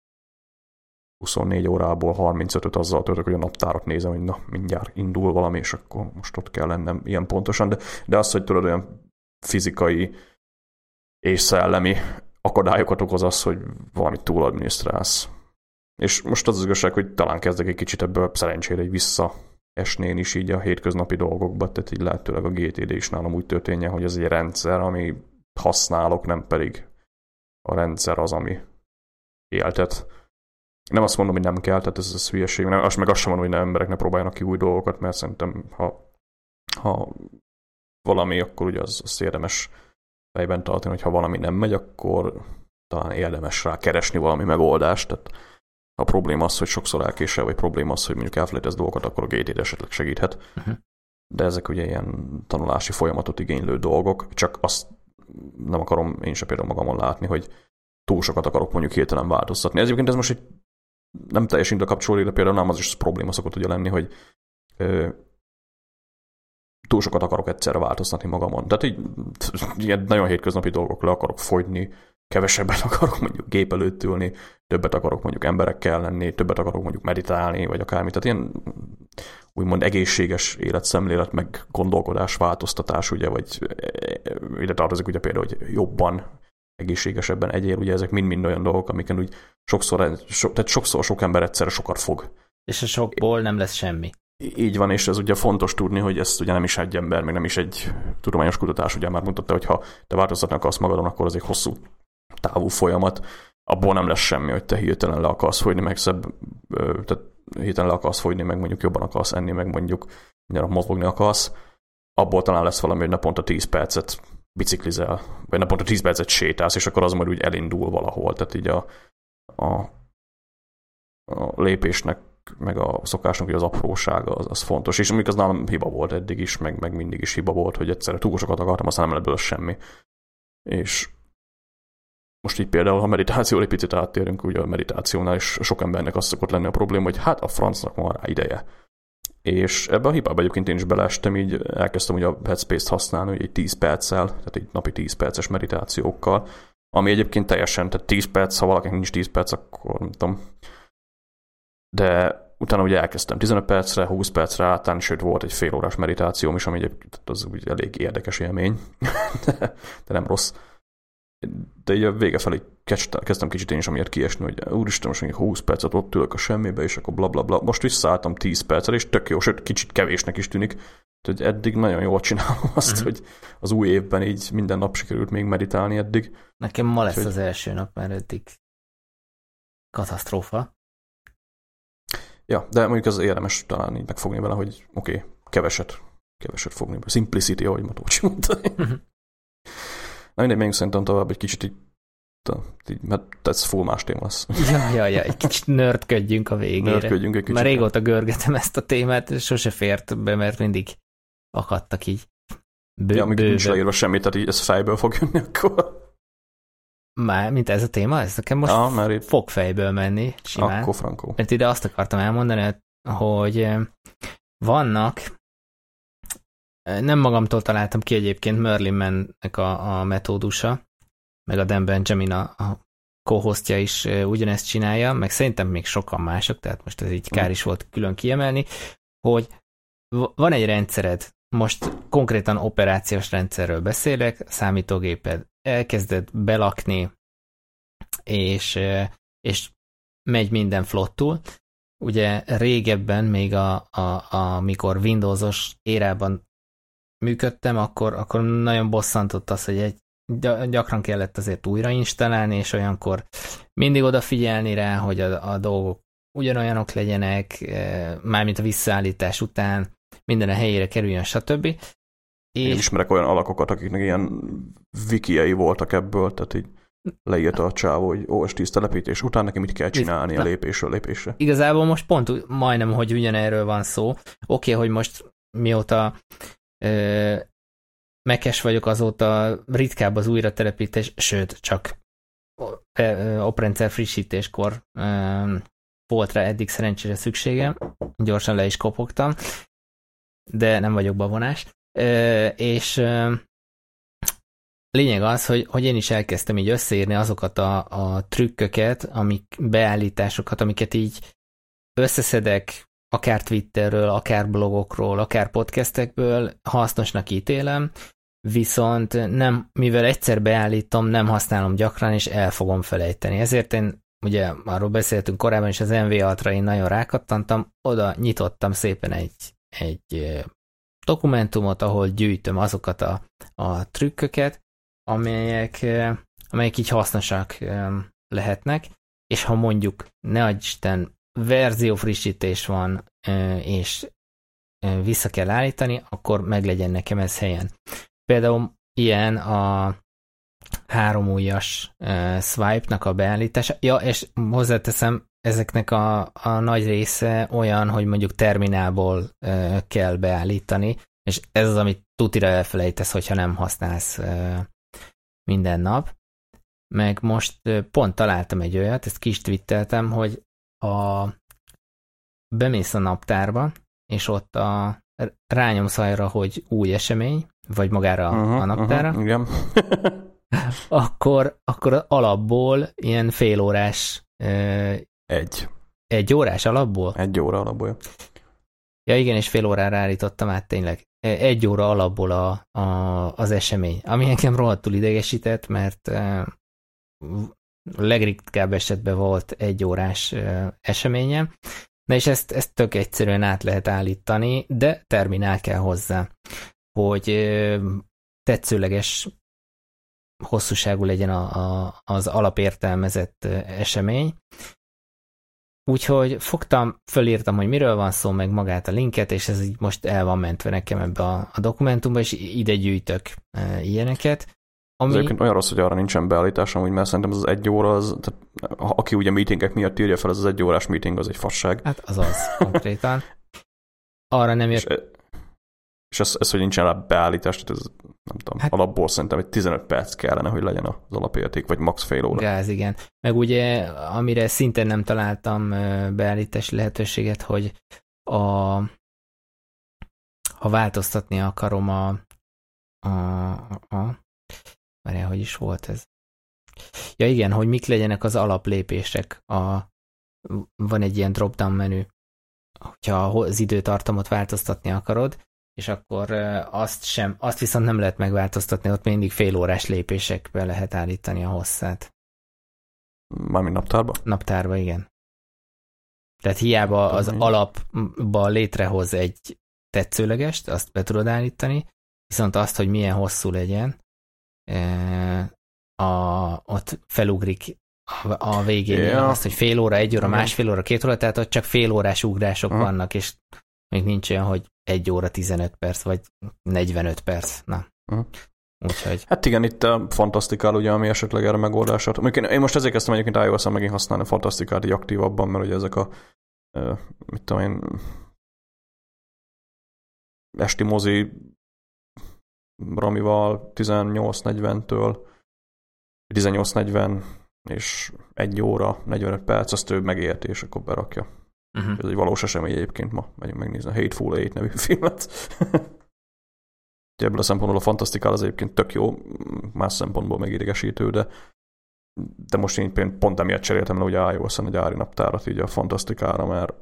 24 órából 35-öt azzal töltök, hogy a naptárat nézem, hogy na, mindjárt indul valami, és akkor most ott kell lennem ilyen pontosan, de az, hogy tudod, olyan fizikai és szellemi akadályokat okoz az, hogy valamit túladminisztrálsz. És most az igazság, hogy talán kezdek egy kicsit ebből szerencsére egy visszaesni én is így a hétköznapi dolgokba, tehát így lehetőleg a GTD is nálam úgy történjen, hogy ez egy rendszer, ami használok, nem pedig a rendszer az, ami éltet. Nem azt mondom, hogy nem kell, tehát ez hülyeség, meg azt sem mondom, hogy emberek ne próbáljanak ki új dolgokat, mert szerintem, ha valami, akkor ugye az érdemes fejben tartani, hogy ha valami nem megy, akkor talán érdemes rá keresni valami megoldást. Tehát ha a probléma az, hogy sokszor elkésel, vagy probléma az, hogy mondjuk elfelejtesz dolgokat, akkor a GTD esetleg segíthet. De ezek ugye ilyen tanulási folyamatot igénylő dolgok, csak azt nem akarom én sem például magamon látni, hogy túl sokat akarok mondjuk hirtelen változtatni. Egyébként ez most egy nem teljesen ide kapcsolódik, de például nem az is probléma szokott ugye lenni, hogy túl sokat akarok egyszerre változtatni magamon. Tehát így ilyen nagyon hétköznapi dolgok le akarok fogyni, kevesebbet akarok mondjuk gép előtt ülni, többet akarok mondjuk emberekkel lenni, többet akarok mondjuk meditálni, vagy akármi. Tehát ilyen úgymond egészséges életszemlélet, meg gondolkodás, változtatás, ugye, vagy ide tartozik ugye például, hogy jobban, egészségesebben egyél, ugye ezek mind-mind olyan dolgok, amiken úgy sokszor sok ember egyszerre sokat fog. És a sokból nem lesz semmi. Így van, és ez ugye fontos tudni, hogy ezt ugye nem is egy ember, meg nem is egy tudományos kutatás ugye már mutatta, hogy ha te változtatni akarsz magadon, akkor az egy hosszú távú folyamat, abból nem lesz semmi, hogy te hirtelen le akarsz fogyni, meg tehát hirtelen le akarsz fogyni, meg mondjuk jobban akarsz enni, meg mondjuk mozogni akarsz, abból talán lesz valami, hogy naponta 10 percet biciklizel, vagy naponta 10 percet sétálsz, és akkor az majd úgy elindul valahol. Tehát így a lépésnek, meg a szokásnak az aprósága az fontos. És mondjuk az nálam hiba volt eddig is, meg mindig is hiba volt, hogy egyszerre túl sokat akartam, aztán nem lett belőle semmi. És most így például, ha meditációra egy picit áttérünk, ugye a meditációnál is sok embernek az szokott lenni a probléma, hogy hát a francnak van rá ideje. És ebbe a hibába egyébként én is beleestem, így elkezdtem ugye a Headspace-t használni, hogy egy 10 perccel, tehát egy napi 10 perces meditációkkal, ami egyébként teljesen, tehát 10 perc, ha valakinek nincs 10 perc, akkor nem tudom. De utána ugye elkezdtem 15 percre, 20 percre átállni, sőt volt egy fél órás meditációm is, ami egyébként az úgy elég érdekes élmény, de nem rossz. De így a vége felé kezdtem kicsit én is amiért kiesni, hogy úristen, most még 20 percet ott ülök a semmibe, és akkor blablabla. Most visszaálltam 10 percre, és tök jó, sőt kicsit kevésnek is tűnik. Tehát eddig nagyon jól csinálom azt, hogy az új évben így minden nap sikerült még meditálni eddig. Nekem ma lesz az első nap, mert eddig katasztrófa. Ja, de mondjuk az érdemes talán így megfogni vele, hogy oké, keveset fogni. Simplicity, ahogy Matócsi mondta. Na mindegy, menjünk szerintem tovább egy kicsit így, mert ez full más téma lesz. Ja, egy kicsit nördködjünk a végére. Nördködjünk egy kicsit. Már régóta görgetem ezt a témát, sose fért be, mert mindig akadtak így amikor nincs leírva semmit, tehát így ez fejből fog jönni akkor. Már, mint ez a téma? Ez nekem most fog fejből menni simán. Akkor frankó. Mert ide azt akartam elmondani, hogy vannak, nem magamtól találtam ki egyébként Merlin Mannek a metódusa, meg a Dan Benjamin a co-hostja is ugyanezt csinálja, meg szerintem még sokan mások, tehát most ez így kár is volt külön kiemelni, hogy van egy rendszered, most konkrétan operációs rendszerről beszélek, számítógéped elkezded belakni, és megy minden flottul. Ugye régebben, még amikor Windowsos érában működtem, akkor nagyon bosszantott az, hogy gyakran kellett azért újrainstalálni, és olyankor mindig odafigyelni rá, hogy a dolgok ugyanolyanok legyenek, mármint a visszaállítás után minden a helyére kerüljön, stb. Én ismerek olyan alakokat, akiknek ilyen wikiei voltak ebből, tehát így leírta a csávó, hogy OS10 telepítés után neki mit kell csinálni a lépésről lépésre. Igazából most pont majdnem, hogy ugyanerről van szó. Oké, hogy most mióta Mac-es vagyok, azóta ritkább az újratelepítés, sőt, csak oprendszer frissítéskor volt rá eddig szerencsére szükségem, gyorsan le is kopogtam, de nem vagyok babonás. És lényeg az, hogy én is elkezdtem így összeírni azokat a trükköket, beállításokat, amiket így összeszedek, akár Twitterről, akár blogokról, akár podcastekből, hasznosnak ítélem, viszont nem, mivel egyszer beállítom, nem használom gyakran, és el fogom felejteni. Ezért én, ugye arról beszéltünk korábban is, az NV6-ra én nagyon rákattantam, oda nyitottam szépen egy dokumentumot, ahol gyűjtöm azokat a trükköket, amelyek így hasznosak lehetnek, és ha mondjuk, ne adj Isten, verziófrissítés van, és vissza kell állítani, akkor meglegyen nekem ez helyen. Például ilyen a 3 ujjas swipe-nak a beállítása. Ja, és hozzáteszem, ezeknek a nagy része olyan, hogy mondjuk terminálból kell beállítani, és ez az, amit tutira elfelejtesz, hogyha nem használsz minden nap. Meg most pont találtam egy olyat, ezt ki is twitteltem, hogy bemész a naptárba, és ott rányomsz arra, hogy új esemény, vagy magára a naptárra, igen. akkor alapból ilyen félórás Egy órás alapból? 1 óra alapból. Ja igen, és fél órára állítottam át tényleg. 1 óra alapból az esemény, ami engem rohadtul idegesített, mert legritkább esetben volt 1 órás eseményem. Na és ezt tök egyszerűen át lehet állítani, de terminál kell hozzá, hogy tetszőleges hosszúságú legyen az alapértelmezett esemény. Úgyhogy fogtam, fölírtam, hogy miről van szó, meg magát a linket, és ez így most el van mentve nekem ebbe a dokumentumba, és ide gyűjtök ilyeneket. Ami... Egyébként olyan rossz, hogy arra nincsen beállítás, amúgy, mert szerintem az 1 óra, tehát, aki ugye meetingek miatt írja fel, az 1 órás meeting, az egy fasság. Hát az konkrétan. Arra nem jött. És ez, hogy nincsen rá beállítás, tehát ez nem tudom, hát, alapból szerintem egy 15 perc kellene, hogy legyen az alapérték, vagy max. Fél óra. Gáz, igen. Meg ugye, amire szintén nem találtam beállítási lehetőséget, hogy ha változtatni akarom várjál, hogy is volt ez? Ja igen, hogy mik legyenek az alaplépések. Van egy ilyen drop-down menü, hogyha az időtartamot változtatni akarod, és akkor azt viszont nem lehet megváltoztatni, ott mindig félórás lépésekbe lehet állítani a hosszát. Mármint naptárba? Naptárba, igen. Tehát hiába az alapba létrehoz egy tetszőlegest, azt be tudod állítani, viszont azt, hogy milyen hosszú legyen, ott felugrik a végén azt, hogy fél óra, 1 óra, másfél óra, 2 óra, tehát ott csak fél órás ugrások vannak, és még nincs olyan, hogy 1 óra 15 perc, vagy 45 perc. Na. Úgyhogy... Hát igen, itt a Fantastikál, ugye, ami esetleg erre megoldását. Én most ezért kezdtem egyébként iOS-en megint használni a Fantastikát így aktívabban, mert ugye ezek a mit tudom én, esti mozi Ramival 18:40-től 18:40 és 1 óra 45 perc, azt ő megérti, és akkor berakja. Ez egy valós esemény egyébként, ma megyünk megnézni a Hateful Eight nevű filmet. Ebből a szempontból a Fantastikál az egyébként tök jó, más szempontból megidegesítő, de most én pont emiatt cseréltem le ugye iOS-en a gyári naptárat így a Fantastikára, mert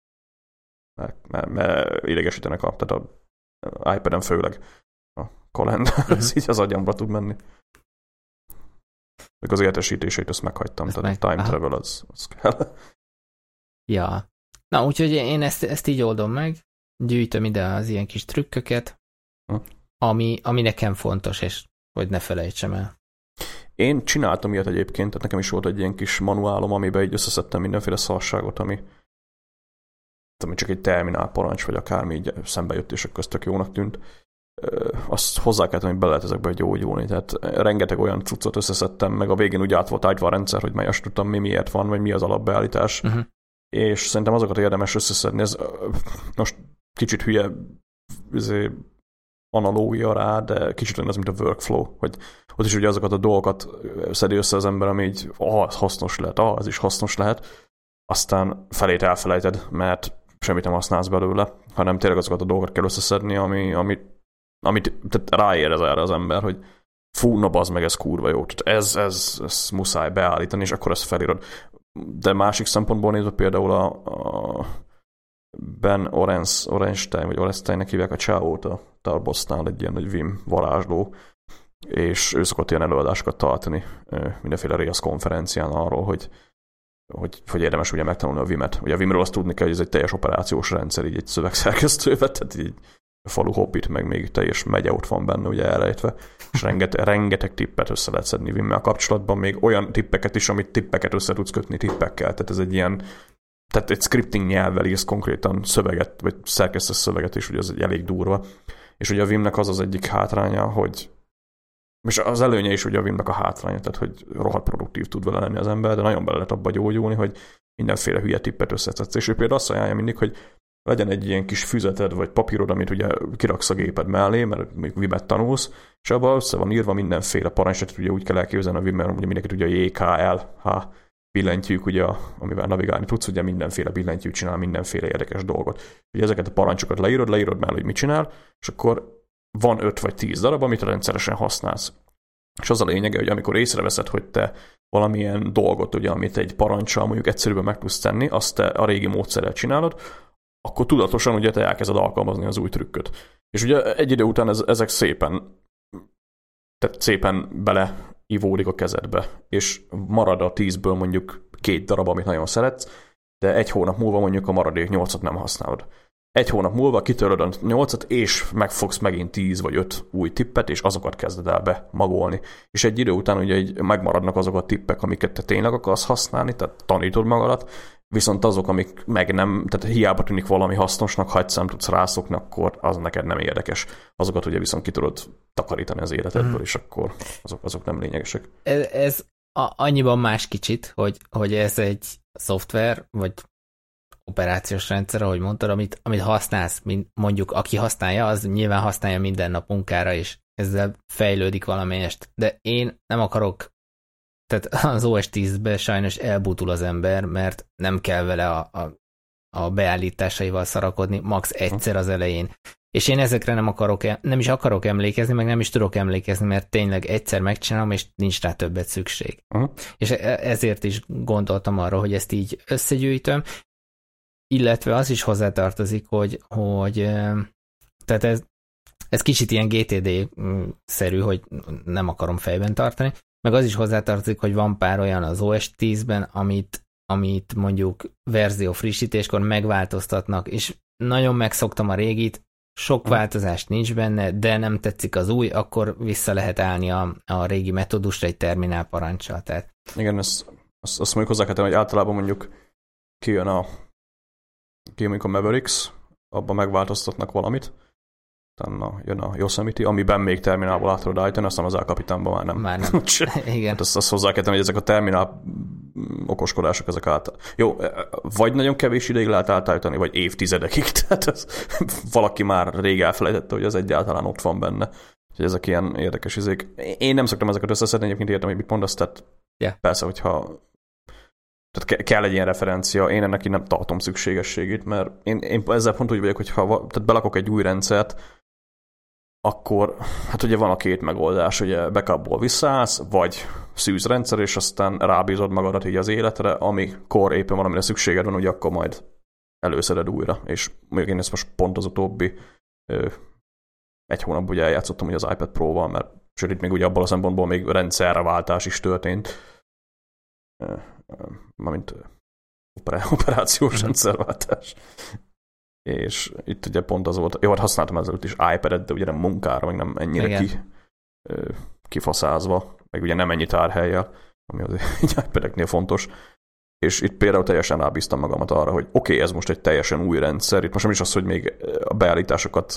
idegesítenek tehát a iPad-en főleg a kalendár, ez így az agyamba tud menni. Meg az értesítéseit azt meghagytam, tehát a time travel az kell. Ja. Na, úgyhogy én ezt így oldom meg, gyűjtöm ide az ilyen kis trükköket, ami nekem fontos, és hogy ne felejtsem el. Én csináltam ilyet egyébként, tehát nekem is volt egy ilyen kis manuálom, amiben így összeszedtem mindenféle szarságot, ami csak egy terminál parancs, vagy akármi így szembe jött, és akkor tök jónak tűnt. Azt hozzá kellett, hogy be lehet ezekbe gyógyulni. Tehát rengeteg olyan cuccot összeszedtem, meg a végén úgy át volt állítva a rendszer, hogy már azt tudtam, mi miért van, vagy mi az alapbeállítás. És szerintem azokat érdemes összeszedni. Ez most kicsit hülye analógia rá, de kicsit olyan az, mint a workflow, hogy ott is ugye azokat a dolgokat szedi össze az ember, ami így, az hasznos lehet, az is hasznos lehet, aztán felét elfelejted, mert semmit nem használsz belőle, hanem tényleg azokat a dolgokat kell összeszedni, amit tehát ráérez erre az ember, hogy fú, na bazd meg, ez kurva jó. Tehát ez muszáj beállítani, és akkor ezt felírod. De másik szempontból nézve például a Ben Orenstein, vagy Orensteinnek hívják a csávót a Tarbosznál, egy ilyen nagy Vim varázsló, és ő szokott ilyen előadásokat tartani mindenféle Rails konferencián arról, hogy érdemes ugye megtanulni a Vimet. Ugye a Vimről azt tudni kell, hogy ez egy teljes operációs rendszer, így egy szövegszerkesztővel, tehát így a falu hobbit, meg még teljes megye ott van benne ugye elrejtve, és rengeteg tippet össze lehet szedni Vimmel kapcsolatban, még olyan tippeket is, amit tippeket össze tudsz kötni tippekkel, tehát ez egy ilyen, tehát egy scripting nyelvvel írsz konkrétan szöveget, vagy szerkesztesz szöveget is, ugye ez egy elég durva, és ugye a Vimnek az egyik hátránya, hogy és az előnye is ugye a Vimnek a hátránya, tehát hogy rohadt produktív tud vele lenni az ember, de nagyon bele lehet abba gyógyulni, hogy mindenféle hülye tippet összeszedsz, és ő például azt ajánlja mindig, hogy legyen egy ilyen kis füzeted, vagy papírod, amit ugye kiraksz a géped mellé, mert még Vimet tanulsz, és abban össze van írva mindenféle parancs, tehát ugye úgy kell elképzelni a Vimben, ugye mindenki tudja a JKLH billentyűk, ugye, amivel navigálni tudsz, ugye mindenféle billentyű csinál mindenféle érdekes dolgot. Ugye ezeket a parancsokat leírod mellé, hogy mit csinál, és akkor van 5 vagy 10 darab, amit rendszeresen használsz. És az a lényege, hogy amikor észreveszed, hogy te valamilyen dolgot, ugye, amit egy parancsal mondjuk egyszerűen meg tudsz tenni, azt te a régi módszerrel csinálod, akkor tudatosan ugye te elkezded alkalmazni az új trükköt. És ugye egy idő után ezek szépen beleivódik a kezedbe, és marad a 10-ből mondjuk 2 darab, amit nagyon szeretsz, de 1 hónap múlva mondjuk a maradék 8-at nem használod. egy hónap múlva kitöröd a 8-at, és megfogsz megint 10 vagy 5 új tippet, és azokat kezded el bemagolni. És egy idő után ugye megmaradnak azok a tippek, amiket te tényleg akarsz használni, tehát tanítod magadat, viszont azok, amik meg nem, tehát hiába tűnik valami hasznosnak, ha egyszer nem tudsz rászokni, akkor az neked nem érdekes. Azokat ugye viszont ki tudod takarítani az életedből, és akkor azok nem lényegesek. Ez annyiban más kicsit, hogy ez egy szoftver, vagy operációs rendszer, ahogy mondtad, amit használsz, mondjuk aki használja, az nyilván használja minden nap munkára, és ezzel fejlődik valamelyest. De én nem akarok, tehát az OS 10-be sajnos elbutul az ember, mert nem kell vele a beállításaival szarakodni, max. Egyszer az elején. És én ezekre nem is akarok emlékezni, meg nem is tudok emlékezni, mert tényleg egyszer megcsinálom, és nincs rá többet szükség. És ezért is gondoltam arra, hogy ezt így összegyűjtöm, illetve az is hozzátartozik, hogy tehát ez kicsit ilyen GTD-szerű, hogy nem akarom fejben tartani, meg az is hozzátartozik, hogy van pár olyan az OS 10-ben, amit mondjuk verzió frissítéskor megváltoztatnak, és nagyon megszoktam a régit, sok változást nincs benne, de nem tetszik az új, akkor vissza lehet állni a régi metódusra egy terminál parancsal. Tehát... Igen, azt mondjuk hozzá kell tenni, hogy általában mondjuk kijön mondjuk a Mavericks, abban megváltoztatnak valamit, utána jön a Yosemite, amiben még terminálból át tudod állítani, aztán az elkapitánban már nem. Már nem. Igen. Hát azt hozzá kell tenni, hogy ezek a terminál okoskodások, ezek Jó, vagy nagyon kevés ideig lehet átállítani, vagy évtizedekig, tehát valaki már rég elfelejtette, hogy ez egyáltalán ott van benne. Úgyhogy ezek ilyen érdekes izék. Én nem szoktam ezeket összeszedni, egyébként értem, hogy mit mondasz, tehát persze, hogyha tehát kell egy ilyen referencia, én ennek nem tartom szükségességét, mert én ezzel pont úgy vagyok, hogy tehát belakok egy új rendszert, akkor hát ugye van a két megoldás, ugye backupból visszaállsz, vagy szűz rendszer, és aztán rábízod magadat így az életre, amikor éppen valamire szükséged van, ugye akkor majd előszeded újra. És mondjuk én ezt most pont az utóbbi egy hónapban ugye eljátszottam ugye az iPad Pro-val, mert sőt itt még ugye abban a szempontból még rendszerre váltás is történt, mármint operációs rendszerváltás. És itt ugye pont az volt, jó, hát használtam ezelőtt is iPad-et, de ugye nem munkára, meg nem ennyire kifaszázva, meg ugye nem ennyi tárhellyel, ami azért így iPad-eknél fontos. És itt például teljesen rábíztam magamat arra, hogy oké, ez most egy teljesen új rendszer. Itt most nem is az, hogy még a beállításokat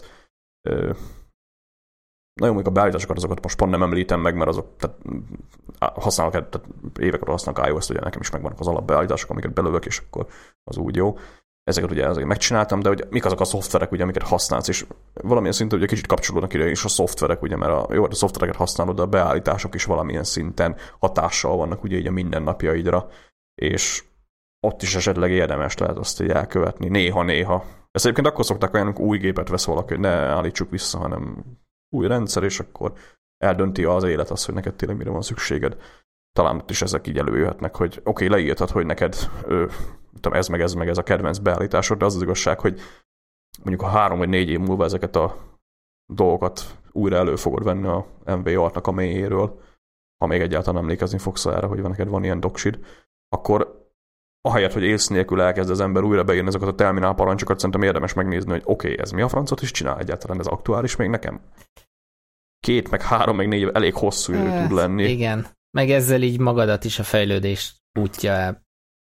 nagyon mondjuk a beállításokat azokat most pont nem említem meg, mert azok tehát használok, tehát évekre használok iOS-t, ugye nekem is megvannak az alapbeállítások, amiket belövök, és akkor az úgy jó. Ezeket ugye megcsináltam, de hogy mik azok a szoftverek, ugye, amiket használsz, és valamilyen szinten ugye kicsit kapcsolódnak ide is a szoftverek, ugye, mert a szoftvereket használod, de a beállítások is valamilyen szinten hatással vannak ugye így a mindennapjaidra, és ott is esetleg érdemes lehet azt így elkövetni, néha-néha. Ezt egyébként akkor szokták olyan, amikor új gépet vesz valaki, hogy ne állítsuk vissza, hanem új rendszer, és akkor eldönti az élet azt, hogy neked tényleg mire van szükséged. Talán ott is ezek így előjöhetnek, hogy oké, leírtad, hogy neked ez meg ez a kedvenc beállításod, de az igazság, hogy mondjuk a 3 vagy 4 év múlva ezeket a dolgokat újra elő fogod venni a MV6-nak a mélyéről, ha még egyáltalán emlékezni fogsz erre, hogy neked van ilyen doksid, akkor ahelyett, hogy ész nélkül elkezd az ember újra beírni ezeket a terminál parancsokat, szerintem érdemes megnézni, hogy oké, ez mi a francot is csinál egyáltalán, ez aktuális még nekem? 2, meg 3, meg 4 év elég hosszú idő tud lenni. Igen, meg ezzel így magadat is a fejlődés útjából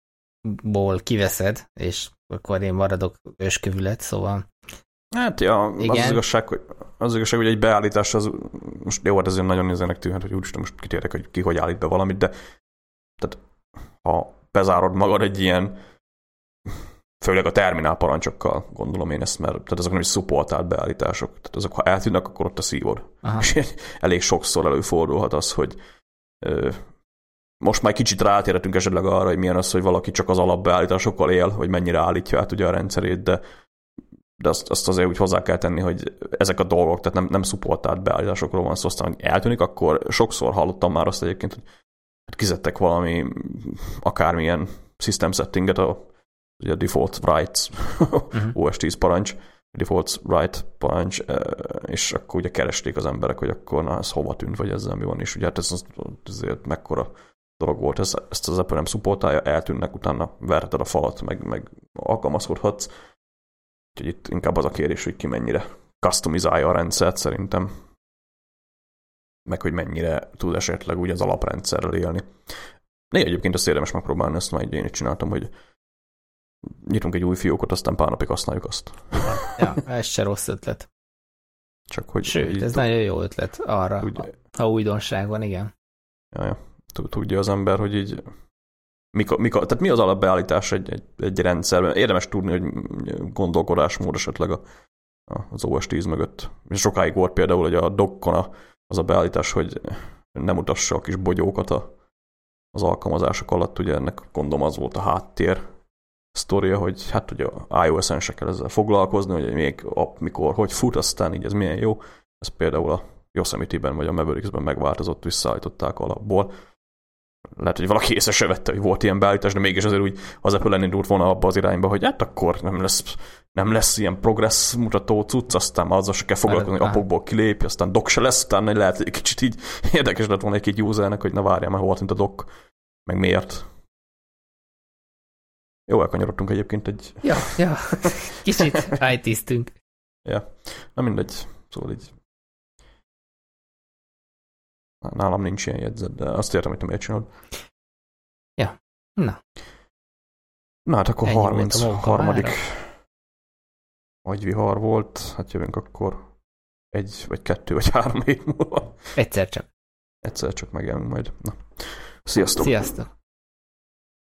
kiveszed, és akkor én maradok őskövület, szóval... Hát ja, az igazság, hogy egy beállítás az, most jó, hát ez nagyon nézőnek tűnhet, hogy úristen, most kitérek, hogy ki hogy állít be valamit, de tehát, ha bezárod magad egy ilyen, főleg a terminál parancsokkal, gondolom én ezt, mert tehát azok nem is szupportált beállítások, tehát azok, ha eltűnnek, akkor ott a szívod. Aha. És elég sokszor előfordulhat az, hogy most már kicsit rátérhetünk esetleg arra, hogy milyen az, hogy valaki csak az alapbeállításokkal él, hogy mennyire állítja át ugye a rendszerét, de azt azért úgy hozzá kell tenni, hogy ezek a dolgok, tehát nem szupportált beállításokról van szó, aztán, hogy eltűnik, akkor sokszor hallottam már azt egyébként, hogy kizettek valami akármilyen system settinget, ugye a default rights, OS 10 parancs, default right parancs, és akkor ugye keresték az emberek, hogy akkor na, ez hova tűnt, vagy ezzel mi van, és ugye hát ez azért mekkora dolog volt, ezt az Apple nem szupportálja, eltűnnek, utána verheted a falat, meg alkalmazkodhatsz. Úgyhogy itt inkább az a kérés, hogy ki mennyire customizálja a rendszert szerintem. Meg hogy mennyire tud esetleg úgy az alaprendszerrel élni. Néha egyébként ezt érdemes megpróbálni, ezt már én is csináltam, hogy nyitunk egy új fiókot, aztán pár napig használjuk azt. Ja, ez se rossz ötlet. Csak hogy sőt, ez nagyon jó ötlet arra, ha újdonság van, igen. Ja. Tudja az ember, hogy így tehát mi az alapbeállítás egy rendszerben? Érdemes tudni, hogy gondolkodásmód esetleg az OS 10 mögött. Sokáig volt például, hogy a dockon az a beállítás, hogy nem mutassa a kis bogyókat az alkalmazások alatt, ugye ennek gondolom az volt a háttér sztoria, hogy hát ugye a iOS-en se kell ezzel foglalkozni, hogy még mikor, hogy fut, aztán így ez milyen jó. Ez például a Yosemite-ben vagy a Mavericks-ben megváltozott, visszaállították alapból. Lehet, hogy valaki észre se vette, hogy volt ilyen beállítás, de mégis azért úgy az Apple elindult volna abba az irányba, hogy hát akkor nem lesz ilyen progress mutató cucc, aztán már azzal se kell foglalkozni, hogy appokból kilépj, aztán dock se lesz, utána lehet egy kicsit így érdekes lett volna egy-két usernek, hogy na várjál, már hol tűnt a dock, meg miért. Jó, elkanyarodtunk egyébként egy... Ja. Kicsit IT-ztünk. Ja, na mindegy. Szóval így... Nálam nincs ilyen jegyzet, de azt értem, hogy te miért csinálod. Ja, na. Na hát akkor 33. agyvihar volt, hát jövünk akkor 1, vagy 2, vagy 3 hét múlva. Egyszer csak Egyszer csak megjelenünk majd. Na. Sziasztok! Sziasztok!